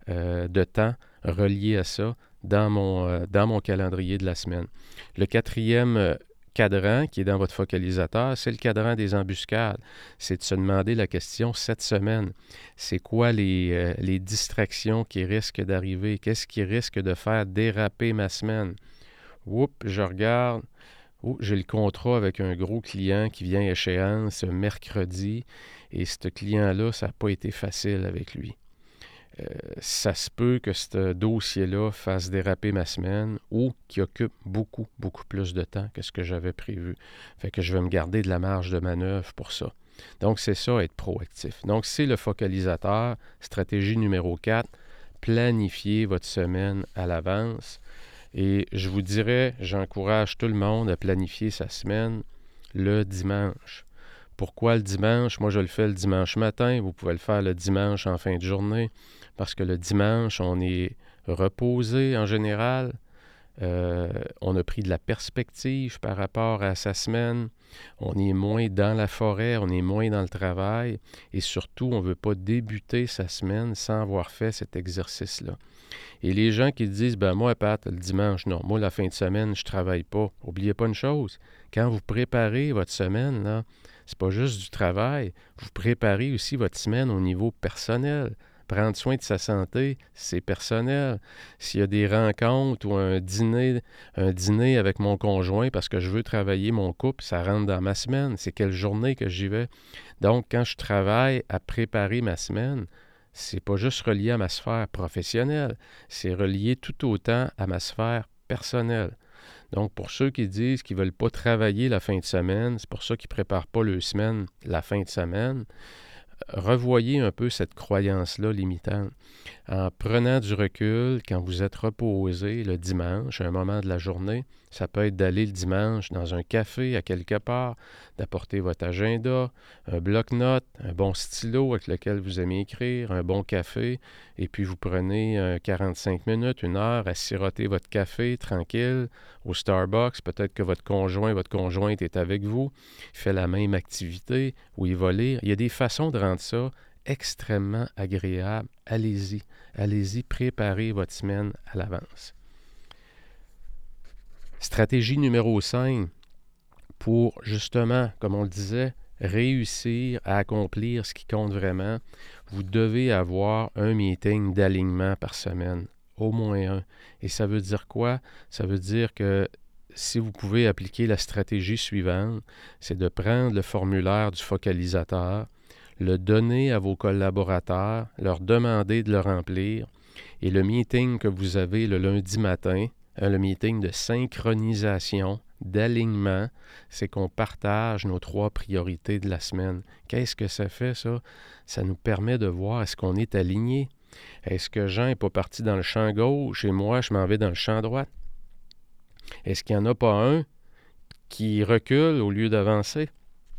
euh, de temps relié à ça dans mon, euh, dans mon calendrier de la semaine. Le quatrième euh, cadran qui est dans votre focalisateur, c'est le cadran des embuscades. C'est de se demander la question cette semaine, c'est quoi les, euh, les distractions qui risquent d'arriver? Qu'est-ce qui risque de faire déraper ma semaine? Oups, je regarde. Oh, j'ai le contrat avec un gros client qui vient à échéance mercredi et ce client-là, ça n'a pas été facile avec lui. Euh, ça se peut que ce dossier-là fasse déraper ma semaine ou qu'il occupe beaucoup, beaucoup plus de temps que ce que j'avais prévu. Fait que je vais me garder de la marge de manœuvre pour ça. Donc, c'est ça, être proactif. Donc, c'est le focalisateur. Stratégie numéro quatre, planifiez votre semaine à l'avance. Et je vous dirais, j'encourage tout le monde à planifier sa semaine le dimanche. Pourquoi le dimanche? Moi, je le fais le dimanche matin. Vous pouvez le faire le dimanche en fin de journée. Parce que le dimanche, on est reposé en général. Euh, on a pris de la perspective par rapport à sa semaine. On est moins dans la forêt, on est moins dans le travail. Et surtout, on ne veut pas débuter sa semaine sans avoir fait cet exercice-là. Et les gens qui disent, ben moi, Pat, le dimanche, non, moi, la fin de semaine, je ne travaille pas. N'oubliez pas une chose, quand vous préparez votre semaine, là, c'est pas juste du travail, vous préparez aussi votre semaine au niveau personnel. Prendre soin de sa santé, c'est personnel. S'il y a des rencontres ou un dîner, un dîner avec mon conjoint parce que je veux travailler mon couple, ça rentre dans ma semaine. C'est quelle journée que j'y vais. Donc, quand je travaille à préparer ma semaine, c'est pas juste relié à ma sphère professionnelle, c'est relié tout autant à ma sphère personnelle. Donc, pour ceux qui disent qu'ils ne veulent pas travailler la fin de semaine, c'est pour ça qu'ils ne préparent pas leur semaine la fin de semaine, revoyez un peu cette croyance-là limitante. En prenant du recul, quand vous êtes reposé le dimanche, à un moment de la journée, ça peut être d'aller le dimanche dans un café à quelque part, d'apporter votre agenda, un bloc-notes, un bon stylo avec lequel vous aimez écrire, un bon café, et puis vous prenez euh, quarante-cinq minutes, une heure à siroter votre café tranquille au Starbucks. Peut-être que votre conjoint, votre conjointe est avec vous, il fait la même activité ou il va lire. Il y a des façons de rendre ça extrêmement agréable. Allez-y, allez-y, préparez votre semaine à l'avance. Stratégie numéro cinq, pour justement, comme on le disait, réussir à accomplir ce qui compte vraiment, vous devez avoir un meeting d'alignement par semaine, au moins un. Et ça veut dire quoi? Ça veut dire que si vous pouvez appliquer la stratégie suivante, c'est de prendre le formulaire du focalisateur, le donner à vos collaborateurs, leur demander de le remplir, et le meeting que vous avez le lundi matin, le meeting de synchronisation, d'alignement, c'est qu'on partage nos trois priorités de la semaine. Qu'est-ce que ça fait, ça? Ça nous permet de voir est-ce qu'on est aligné. Est-ce que Jean n'est pas parti dans le champ gauche et moi, je m'en vais dans le champ droit? Est-ce qu'il n'y en a pas un qui recule au lieu d'avancer?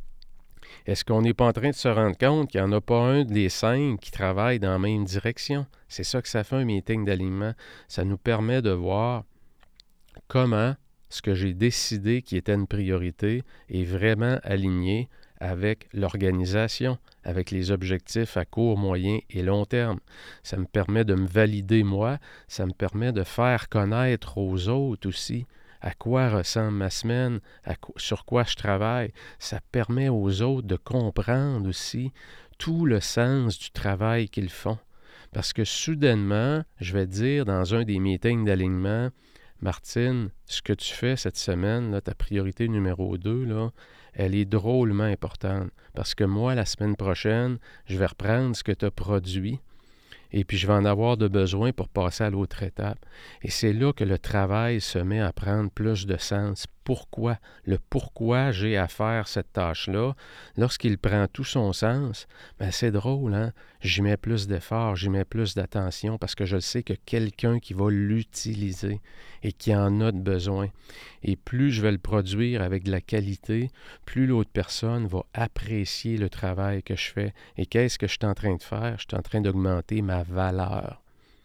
Est-ce qu'on n'est pas en train de se rendre compte qu'il n'y en a pas un des cinq qui travaille dans la même direction? C'est ça que ça fait un meeting d'alignement. Ça nous permet de voir comment ce que j'ai décidé qui était une priorité est vraiment aligné avec l'organisation, avec les objectifs à court, moyen et long terme. Ça me permet de me valider moi, ça me permet de faire connaître aux autres aussi à quoi ressemble ma semaine, à quoi, sur quoi je travaille. Ça permet aux autres de comprendre aussi tout le sens du travail qu'ils font. Parce que soudainement, je vais dire dans un des meetings d'alignement, Martine, ce que tu fais cette semaine, là, ta priorité numéro deux, là, elle est drôlement importante. Parce que moi, la semaine prochaine, je vais reprendre ce que tu as produit et puis je vais en avoir de besoin pour passer à l'autre étape. Et c'est là que le travail se met à prendre plus de sens. Pourquoi? Le pourquoi j'ai à faire cette tâche-là, lorsqu'il prend tout son sens, bien c'est drôle, hein? J'y mets plus d'efforts, j'y mets plus d'attention parce que je sais que quelqu'un qui va l'utiliser et qui en a de besoin. Et plus je vais le produire avec de la qualité, plus l'autre personne va apprécier le travail que je fais. Et qu'est-ce que je suis en train de faire? Je suis en train d'augmenter ma valeur.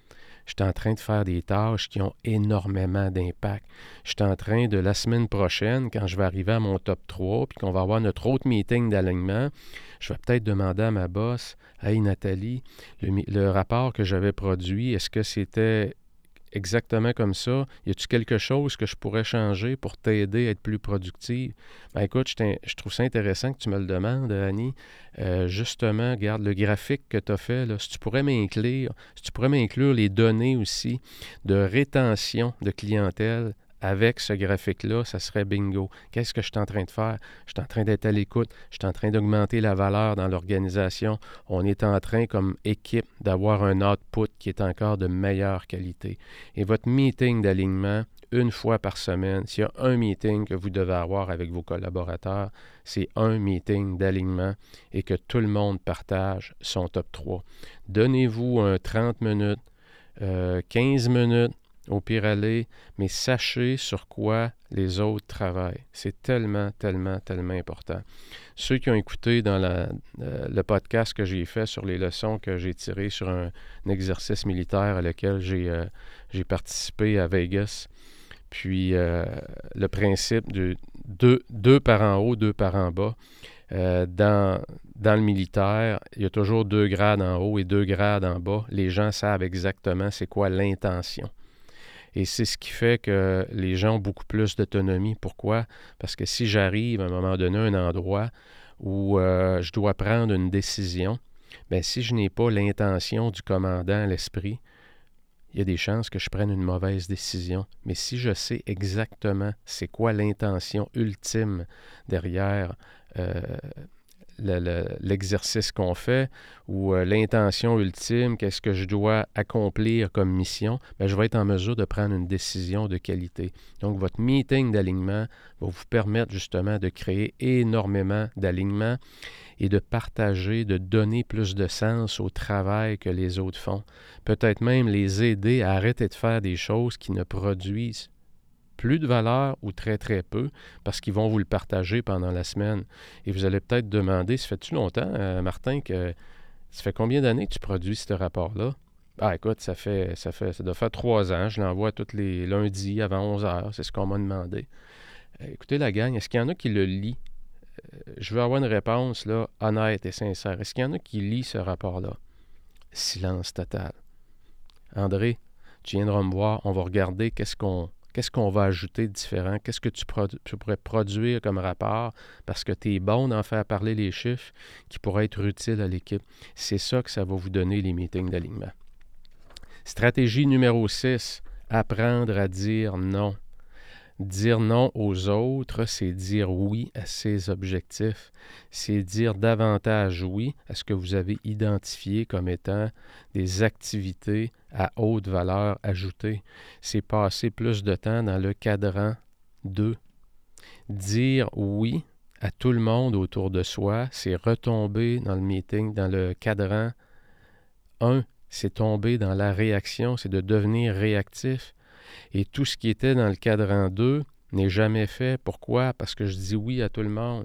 Je suis en train de faire des tâches qui ont énormément d'impact. Je suis en train de, la semaine prochaine, quand je vais arriver à mon top trois, puis qu'on va avoir notre autre meeting d'alignement, je vais peut-être demander à ma boss, « Hey Nathalie, le, le rapport que j'avais produit, est-ce que c'était exactement comme ça? Y a-t-il quelque chose que je pourrais changer pour t'aider à être plus productive? » Ben écoute, je, je trouve ça intéressant que tu me le demandes, Annie. Euh, justement, regarde le graphique que tu as fait, là, si tu pourrais m'inclure, si tu pourrais m'inclure les données aussi de rétention de clientèle avec ce graphique-là, ça serait bingo. Qu'est-ce que je suis en train de faire? Je suis en train d'être à l'écoute, je suis en train d'augmenter la valeur dans l'organisation. On est en train, comme équipe, d'avoir un output qui est encore de meilleure qualité. Et votre meeting d'alignement, une fois par semaine, s'il y a un meeting que vous devez avoir avec vos collaborateurs, c'est un meeting d'alignement et que tout le monde partage son top trois. Donnez-vous un trente minutes, euh, quinze minutes, au pire aller, mais sachez sur quoi les autres travaillent. C'est tellement, tellement, tellement important. Ceux qui ont écouté dans la, euh, le podcast que j'ai fait sur les leçons que j'ai tirées sur un, un exercice militaire à lequel j'ai, euh, j'ai participé à Vegas, puis euh, le principe de deux, deux par en haut, deux par en bas, euh, dans, dans le militaire, il y a toujours deux grades en haut et deux grades en bas. Les gens savent exactement c'est quoi l'intention. Et c'est ce qui fait que les gens ont beaucoup plus d'autonomie. Pourquoi? Parce que si j'arrive à un moment donné à un endroit où euh, je dois prendre une décision, bien, si je n'ai pas l'intention du commandant à l'esprit, il y a des chances que je prenne une mauvaise décision. Mais si je sais exactement c'est quoi l'intention ultime derrière euh, Le, le, l'exercice qu'on fait ou euh, l'intention ultime, qu'est-ce que je dois accomplir comme mission, bien, je vais être en mesure de prendre une décision de qualité. Donc, votre meeting d'alignement va vous permettre justement de créer énormément d'alignement et de partager, de donner plus de sens au travail que les autres font. Peut-être même les aider à arrêter de faire des choses qui ne produisent plus de valeur ou très, très peu, parce qu'ils vont vous le partager pendant la semaine. Et vous allez peut-être demander, ça fait-tu longtemps, euh, Martin, que ça fait combien d'années que tu produis ce rapport-là? Ah, écoute, ça fait, ça fait, ça doit faire trois ans. Je l'envoie tous les lundis avant onze heures. C'est ce qu'on m'a demandé. Euh, écoutez, la gang, est-ce qu'il y en a qui le lit? Euh, je veux avoir une réponse là, honnête et sincère. Est-ce qu'il y en a qui lit ce rapport-là? Silence total. André, tu viendras me voir. On va regarder qu'est-ce qu'on Qu'est-ce qu'on va ajouter de différent? Qu'est-ce que tu, produ- tu pourrais produire comme rapport parce que tu es bon d'en faire parler les chiffres qui pourraient être utiles à l'équipe? C'est ça que ça va vous donner, les meetings d'alignement. Stratégie numéro six, apprendre à dire non. Dire non aux autres, c'est dire oui à ses objectifs. C'est dire davantage oui à ce que vous avez identifié comme étant des activités à haute valeur ajoutée. C'est passer plus de temps dans le cadran deux. Dire oui à tout le monde autour de soi, c'est retomber dans le meeting, dans le cadran un. C'est tomber dans la réaction, c'est de devenir réactif. Et tout ce qui était dans le cadran deux n'est jamais fait. Pourquoi? Parce que je dis oui à tout le monde.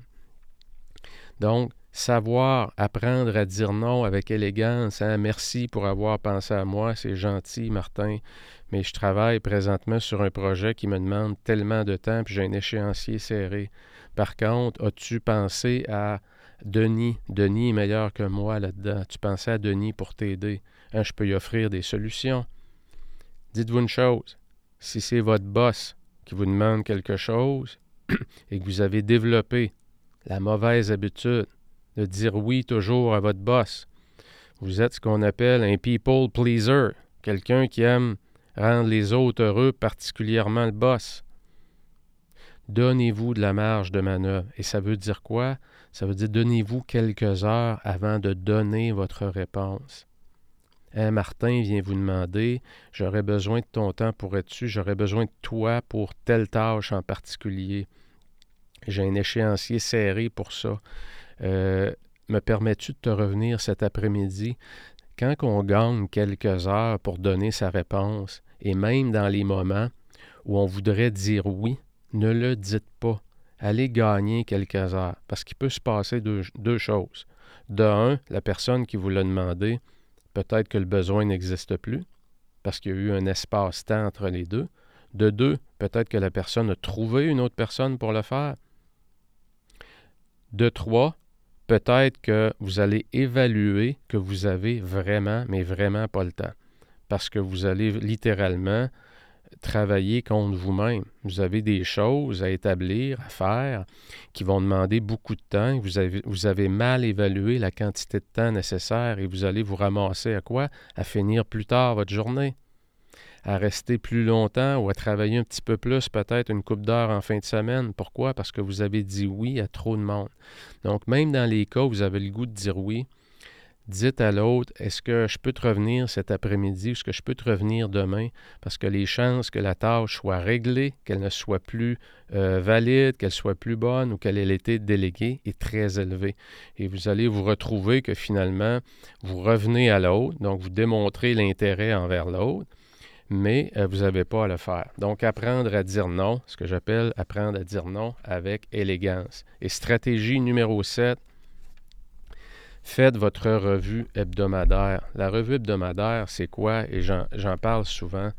Donc, savoir apprendre à dire non avec élégance, hein? Merci pour avoir pensé à moi, c'est gentil, Martin, mais je travaille présentement sur un projet qui me demande tellement de temps, puis j'ai un échéancier serré. Par contre, as-tu pensé à Denis? Denis est meilleur que moi là-dedans. Tu pensais à Denis pour t'aider. Hein, je peux lui offrir des solutions. Dites-vous une chose. Si c'est votre boss qui vous demande quelque chose et que vous avez développé la mauvaise habitude de dire oui toujours à votre boss, vous êtes ce qu'on appelle un people pleaser, quelqu'un qui aime rendre les autres heureux, particulièrement le boss. Donnez-vous de la marge de manœuvre. Et ça veut dire quoi? Ça veut dire donnez-vous quelques heures avant de donner votre réponse. Hein, Martin vient vous demander, j'aurais besoin de ton temps pour être dessus, j'aurais besoin de toi pour telle tâche en particulier. J'ai un échéancier serré pour ça. Euh, me permets-tu de te revenir cet après-midi? Quand on gagne quelques heures pour donner sa réponse, et même dans les moments où on voudrait dire oui, ne le dites pas. Allez gagner quelques heures, parce qu'il peut se passer deux, deux choses. De un, la personne qui vous l'a demandé, peut-être que le besoin n'existe plus. parce qu'il y a eu un espace-temps entre les deux. De deux, peut-être que la personne a trouvé une autre personne pour le faire. De trois, peut-être que vous allez évaluer que vous avez vraiment, mais vraiment pas le temps. Parce que vous allez littéralement travailler contre vous-même. Vous avez des choses à établir, à faire, qui vont demander beaucoup de temps. Vous avez, vous avez mal évalué la quantité de temps nécessaire et vous allez vous ramasser à quoi? À finir plus tard votre journée, à rester plus longtemps ou à travailler un petit peu plus, peut-être une couple d'heures en fin de semaine. Pourquoi? Parce que vous avez dit oui à trop de monde. Donc, même dans les cas où vous avez le goût de dire oui, dites à l'autre, est-ce que je peux te revenir cet après-midi ou est-ce que je peux te revenir demain? Parce que les chances que la tâche soit réglée, qu'elle ne soit plus euh, valide, qu'elle soit plus bonne ou qu'elle ait été déléguée est très élevée. Et vous allez vous retrouver que finalement, vous revenez à l'autre, donc vous démontrez l'intérêt envers l'autre, mais euh, vous n'avez pas à le faire. Donc, apprendre à dire non, ce que j'appelle apprendre à dire non avec élégance. Et stratégie numéro sept, faites votre revue hebdomadaire. La revue hebdomadaire, c'est quoi? Et j'en, j'en parle souvent.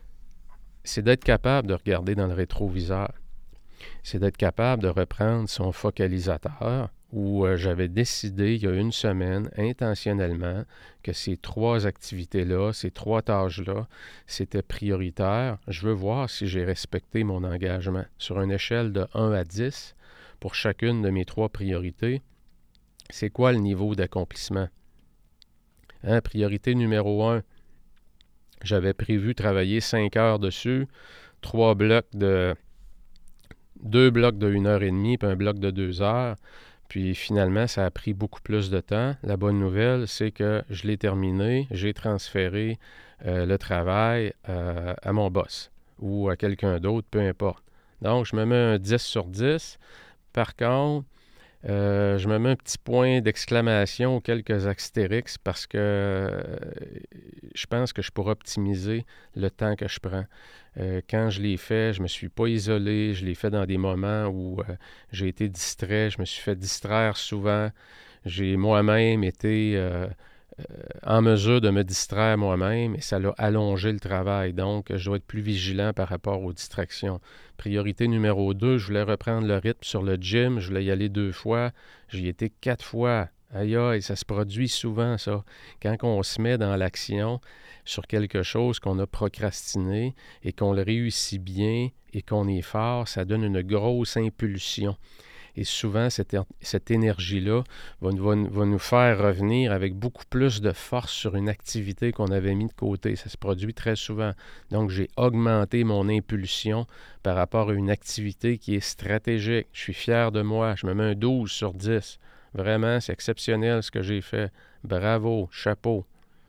C'est d'être capable de regarder dans le rétroviseur. C'est d'être capable de reprendre son focalisateur où euh, j'avais décidé il y a une semaine intentionnellement que ces trois activités-là, ces trois tâches-là, c'était prioritaire. Je veux voir si j'ai respecté mon engagement. Sur une échelle de un à dix, pour chacune de mes trois priorités, c'est quoi le niveau d'accomplissement? Hein, priorité numéro un, j'avais prévu travailler cinq heures dessus, trois blocs de deux blocs de une heure et demie, puis un bloc de deux heures. Puis finalement, ça a pris beaucoup plus de temps. La bonne nouvelle, c'est que je l'ai terminé, j'ai transféré euh, le travail euh, à mon boss ou à quelqu'un d'autre, peu importe. Donc, je me mets un dix sur dix. Par contre, Euh, je me mets un petit point d'exclamation ou quelques astérix parce que euh, je pense que je pourrais optimiser le temps que je prends. Euh, quand je l'ai fait, je ne me suis pas isolé, je l'ai fait dans des moments où euh, j'ai été distrait, je me suis fait distraire souvent. J'ai moi-même été euh, euh, en mesure de me distraire moi-même et ça l'a allongé le travail. Donc, je dois être plus vigilant par rapport aux distractions. Priorité numéro deux, je voulais reprendre le rythme sur le gym. Je voulais y aller deux fois. J'y étais quatre fois. Aïe aïe, ça se produit souvent, ça. Quand on se met dans l'action sur quelque chose qu'on a procrastiné et qu'on le réussit bien et qu'on est fort, ça donne une grosse impulsion. Et souvent, cette, cette énergie-là va, va, va nous faire revenir avec beaucoup plus de force sur une activité qu'on avait mis de côté. Ça se produit très souvent. Donc, j'ai augmenté mon impulsion par rapport à une activité qui est stratégique. Je suis fier de moi. Je me mets un douze sur dix. Vraiment, c'est exceptionnel ce que j'ai fait. Bravo, chapeau.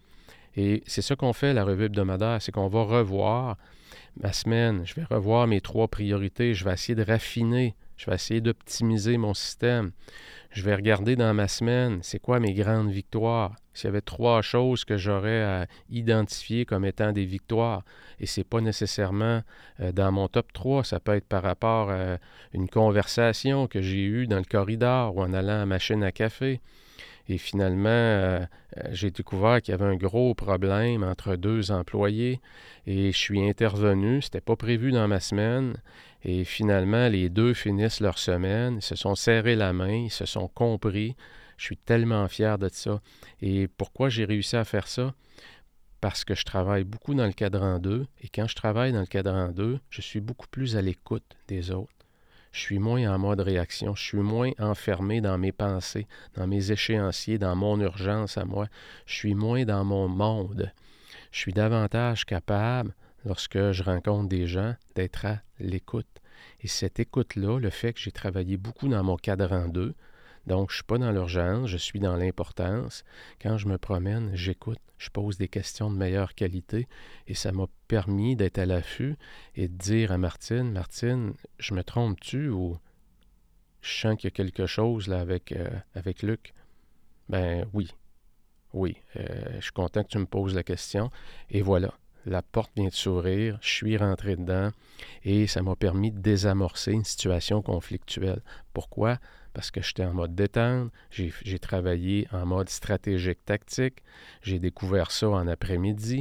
Et c'est ça qu'on fait, la revue hebdomadaire, c'est qu'on va revoir ma semaine. Je vais revoir mes trois priorités. Je vais essayer de raffiner. Je vais essayer d'optimiser mon système. Je vais regarder dans ma semaine, c'est quoi mes grandes victoires. S'il y avait trois choses que j'aurais à identifier comme étant des victoires, et ce n'est pas nécessairement euh, dans mon top trois, ça peut être par rapport à une conversation que j'ai eue dans le corridor ou en allant à la machine à café. Et finalement, euh, j'ai découvert qu'il y avait un gros problème entre deux employés et je suis intervenu. Ce n'était pas prévu dans ma semaine. Et finalement, les deux finissent leur semaine. Ils se sont serrés la main, ils se sont compris. Je suis tellement fier de ça. Et pourquoi j'ai réussi à faire ça? Parce que je travaille beaucoup dans le cadran deux. Et quand je travaille dans le cadran deux, je suis beaucoup plus à l'écoute des autres. Je suis moins en mode réaction, je suis moins enfermé dans mes pensées, dans mes échéanciers, dans mon urgence à moi. Je suis moins dans mon monde. Je suis davantage capable, lorsque je rencontre des gens, d'être à l'écoute. Et cette écoute-là, le fait que j'ai travaillé beaucoup dans mon cadran deux, donc je ne suis pas dans l'urgence, je suis dans l'importance. Quand je me promène, j'écoute, je pose des questions de meilleure qualité et ça m'a permis d'être à l'affût et de dire à Martine, Martine, je me trompe-tu ou je sens qu'il y a quelque chose là avec, euh, avec Luc? Ben oui, oui, euh, je suis content que tu me poses la question et voilà. La porte vient de s'ouvrir, je suis rentré dedans et ça m'a permis de désamorcer une situation conflictuelle. Pourquoi? Parce que j'étais en mode détente, j'ai, j'ai travaillé en mode stratégique tactique, j'ai découvert ça en après-midi.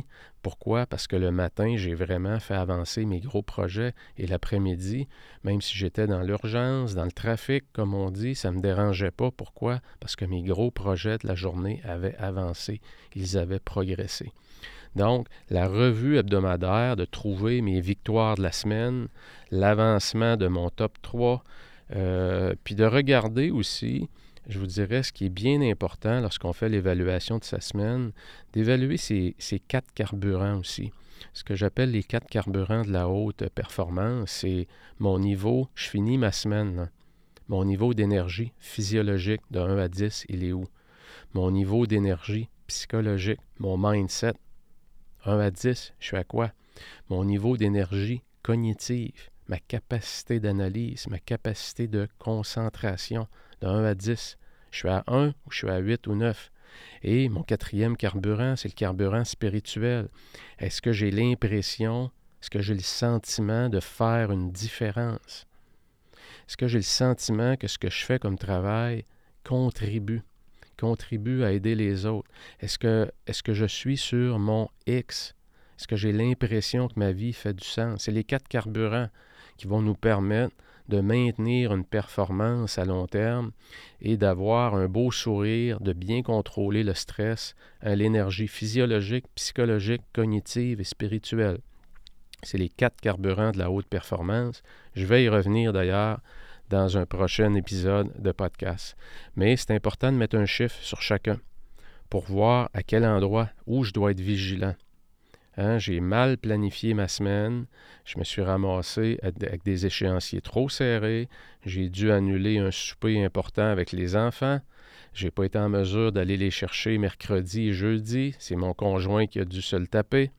Pourquoi? Parce que le matin, j'ai vraiment fait avancer mes gros projets et l'après-midi, même si j'étais dans l'urgence, dans le trafic, comme on dit, ça ne me dérangeait pas. Pourquoi? Parce que mes gros projets de la journée avaient avancé, ils avaient progressé. Donc, la revue hebdomadaire, de trouver mes victoires de la semaine, l'avancement de mon top trois, euh, puis de regarder aussi, je vous dirais, ce qui est bien important lorsqu'on fait l'évaluation de sa semaine, d'évaluer ses, ses quatre carburants aussi. Ce que j'appelle les quatre carburants de la haute performance, c'est mon niveau, je finis ma semaine, là. Mon niveau d'énergie physiologique de un à dix, il est où? Mon niveau d'énergie psychologique, mon mindset, un à dix, je suis à quoi? Mon niveau d'énergie cognitive, ma capacité d'analyse, ma capacité de concentration, de un à dix. Je suis à un ou je suis à huit ou neuf. Et mon quatrième carburant, c'est le carburant spirituel. Est-ce que j'ai l'impression, est-ce que j'ai le sentiment de faire une différence? Est-ce que j'ai le sentiment que ce que je fais comme travail contribue? contribue à aider les autres? Est-ce que, est-ce que je suis sur mon X? Est-ce que j'ai l'impression que ma vie fait du sens? C'est les quatre carburants qui vont nous permettre de maintenir une performance à long terme et d'avoir un beau sourire, de bien contrôler le stress, l'énergie physiologique, psychologique, cognitive et spirituelle. C'est les quatre carburants de la haute performance. Je vais y revenir d'ailleurs dans un prochain épisode de podcast. Mais c'est important de mettre un chiffre sur chacun pour voir à quel endroit où je dois être vigilant. Hein, j'ai mal planifié ma semaine, je me suis ramassé avec des échéanciers trop serrés, j'ai dû annuler un souper important avec les enfants, j'ai pas été en mesure d'aller les chercher mercredi et jeudi, c'est mon conjoint qui a dû se le taper.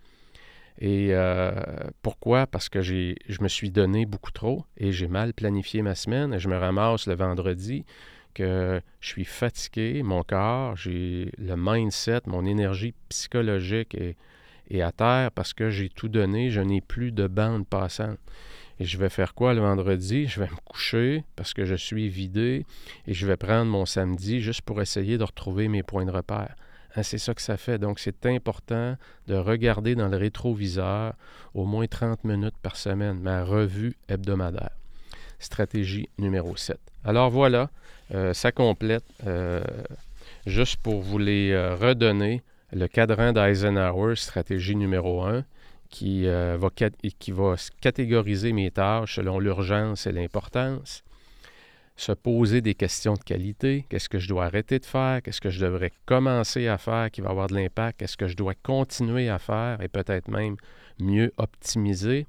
Et euh, pourquoi? Parce que j'ai, je me suis donné beaucoup trop et j'ai mal planifié ma semaine. Et je me ramasse le vendredi que je suis fatigué, mon corps, j'ai le mindset, mon énergie psychologique est, est à terre parce que j'ai tout donné, je n'ai plus de bande passante. Et je vais faire quoi le vendredi? Je vais me coucher parce que je suis vidé et je vais prendre mon samedi juste pour essayer de retrouver mes points de repère. Hein, c'est ça que ça fait. Donc, c'est important de regarder dans le rétroviseur au moins trente minutes par semaine, ma revue hebdomadaire. Stratégie numéro sept. Alors voilà, euh, ça complète, euh, juste pour vous les euh, redonner, le cadran d'Eisenhower, stratégie numéro un, qui, euh, va, qui va catégoriser mes tâches selon l'urgence et l'importance. Se poser des questions de qualité. Qu'est-ce que je dois arrêter de faire? Qu'est-ce que je devrais commencer à faire qui va avoir de l'impact? Qu'est-ce que je dois continuer à faire et peut-être même mieux optimiser?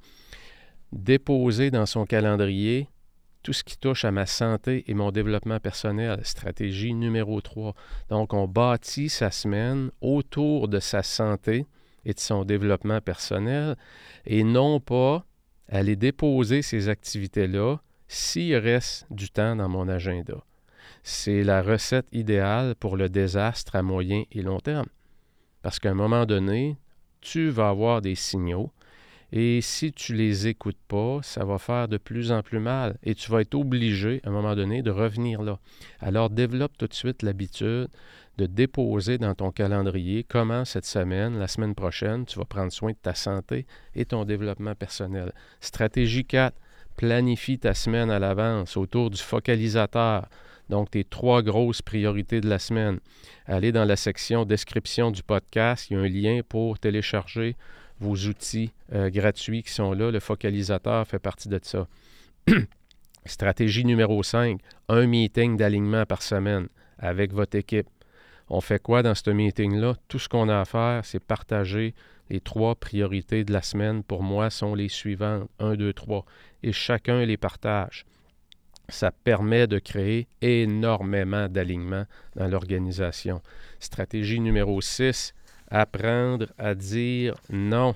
Déposer dans son calendrier tout ce qui touche à ma santé et mon développement personnel. Stratégie numéro trois. Donc, on bâtit sa semaine autour de sa santé et de son développement personnel et non pas aller déposer ces activités-là s'il reste du temps dans mon agenda. C'est la recette idéale pour le désastre à moyen et long terme. Parce qu'à un moment donné, tu vas avoir des signaux et si tu ne les écoutes pas, ça va faire de plus en plus mal et tu vas être obligé, à un moment donné, de revenir là. Alors, développe tout de suite l'habitude de déposer dans ton calendrier comment cette semaine, la semaine prochaine, tu vas prendre soin de ta santé et ton développement personnel. Stratégie quatre. Planifie ta semaine à l'avance autour du focalisateur, donc tes trois grosses priorités de la semaine. Allez dans la section description du podcast, il y a un lien pour télécharger vos outils euh, gratuits qui sont là. Le focalisateur fait partie de ça. Stratégie numéro cinq, un meeting d'alignement par semaine avec votre équipe. On fait quoi dans ce meeting-là? Tout ce qu'on a à faire, c'est partager les trois priorités de la semaine. Pour moi, sont les suivantes, un, deux, trois. Et chacun les partage. Ça permet de créer énormément d'alignement dans l'organisation. Stratégie numéro six, apprendre à dire non.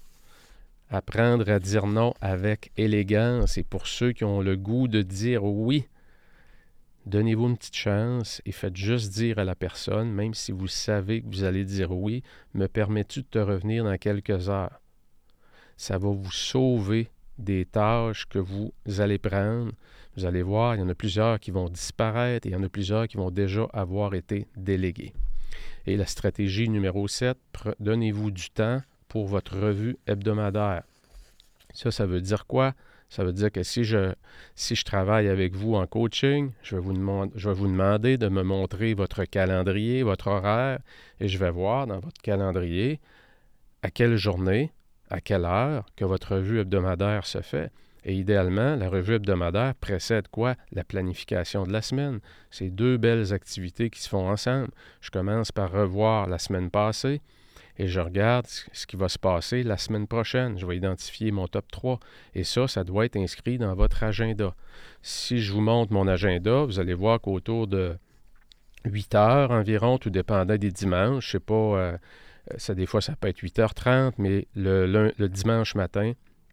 Apprendre à dire non avec élégance. Et pour ceux qui ont le goût de dire oui, donnez-vous une petite chance et faites juste dire à la personne, même si vous savez que vous allez dire oui, me permets-tu de te revenir dans quelques heures? Ça va vous sauver des tâches que vous allez prendre. Vous allez voir, il y en a plusieurs qui vont disparaître et il y en a plusieurs qui vont déjà avoir été déléguées. Et la stratégie numéro sept, donnez-vous du temps pour votre revue hebdomadaire. Ça, ça veut dire quoi? Ça veut dire que si je, si je travaille avec vous en coaching, je vais vous, demand, je vais vous demander de me montrer votre calendrier, votre horaire, et je vais voir dans votre calendrier à quelle journée, à quelle heure que votre revue hebdomadaire se fait. Et idéalement, la revue hebdomadaire précède quoi? La planification de la semaine. C'est deux belles activités qui se font ensemble. Je commence par revoir la semaine passée et je regarde ce qui va se passer la semaine prochaine. Je vais identifier mon top trois. Et ça, ça doit être inscrit dans votre agenda. Si je vous montre mon agenda, vous allez voir qu'autour de huit heures environ, tout dépendant des dimanches, je sais pas, euh, ça, des fois ça peut être huit heures trente, mais le, le, le dimanche matin,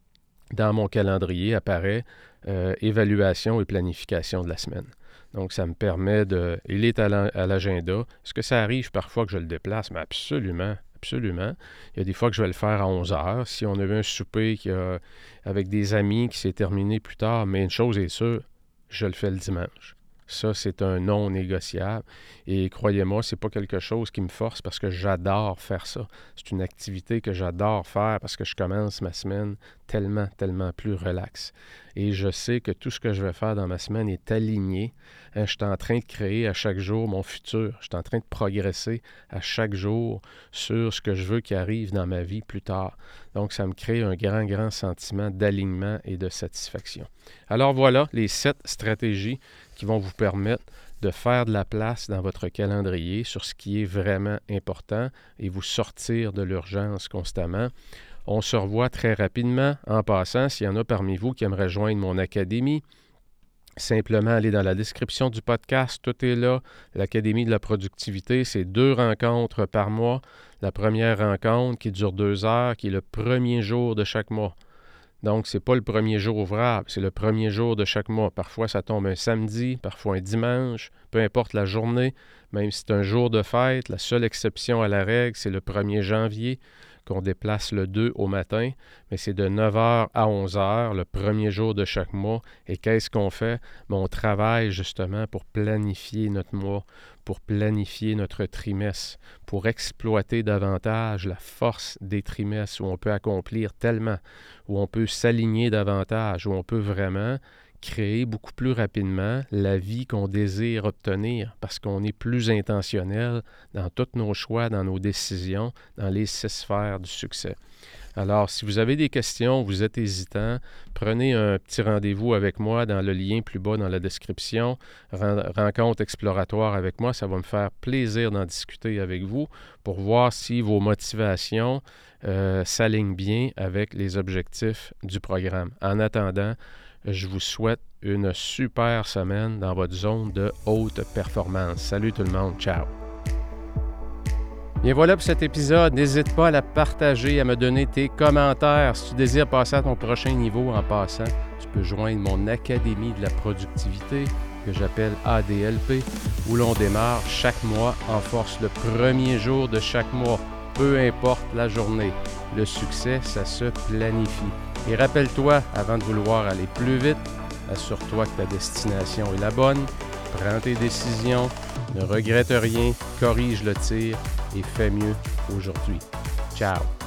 dans mon calendrier apparaît euh, évaluation et planification de la semaine. Donc, ça me permet de... Il est à l'agenda. Est-ce que ça arrive parfois que je le déplace? Mais absolument, absolument. Il y a des fois que je vais le faire à onze heures. Si on avait un souper qui a, avec des amis qui s'est terminé plus tard, mais une chose est sûre, je le fais le dimanche. Ça, c'est un non négociable. Et croyez-moi, ce n'est pas quelque chose qui me force parce que j'adore faire ça. C'est une activité que j'adore faire parce que je commence ma semaine tellement, tellement plus relax. Et je sais que tout ce que je vais faire dans ma semaine est aligné. Hein, je suis en train de créer à chaque jour mon futur. Je suis en train de progresser à chaque jour sur ce que je veux qui arrive dans ma vie plus tard. Donc, ça me crée un grand, grand sentiment d'alignement et de satisfaction. Alors voilà les sept stratégies qui vont vous permettre de faire de la place dans votre calendrier sur ce qui est vraiment important et vous sortir de l'urgence constamment. On se revoit très rapidement. En passant, s'il y en a parmi vous qui aimeraient joindre mon académie, simplement aller dans la description du podcast, tout est là. L'Académie de la productivité, c'est deux rencontres par mois. La première rencontre qui dure deux heures, qui est le premier jour de chaque mois. Donc, ce n'est pas le premier jour ouvrable, c'est le premier jour de chaque mois. Parfois, ça tombe un samedi, parfois un dimanche, peu importe la journée. Même si c'est un jour de fête, la seule exception à la règle, c'est le premier janvier, qu'on déplace le deux au matin, mais c'est de neuf heures à onze heures, le premier jour de chaque mois. Et qu'est-ce qu'on fait? Bien, on travaille justement pour planifier notre mois, pour planifier notre trimestre, pour exploiter davantage la force des trimestres où on peut accomplir tellement, où on peut s'aligner davantage, où on peut vraiment créer beaucoup plus rapidement la vie qu'on désire obtenir parce qu'on est plus intentionnel dans tous nos choix, dans nos décisions, dans les six sphères du succès. Alors, si vous avez des questions, vous êtes hésitant, prenez un petit rendez-vous avec moi dans le lien plus bas dans la description. Rencontre exploratoire avec moi, ça va me faire plaisir d'en discuter avec vous pour voir si vos motivations euh, s'alignent bien avec les objectifs du programme. En attendant, je vous souhaite une super semaine dans votre zone de haute performance. Salut tout le monde, ciao! Bien voilà pour cet épisode. N'hésite pas à la partager, à me donner tes commentaires. Si tu désires passer à ton prochain niveau en passant, tu peux joindre mon Académie de la productivité que j'appelle A D L P, où l'on démarre chaque mois en force le premier jour de chaque mois, peu importe la journée. Le succès, ça se planifie. Et rappelle-toi, avant de vouloir aller plus vite, assure-toi que ta destination est la bonne, prends tes décisions, ne regrette rien, corrige le tir et fais mieux aujourd'hui. Ciao!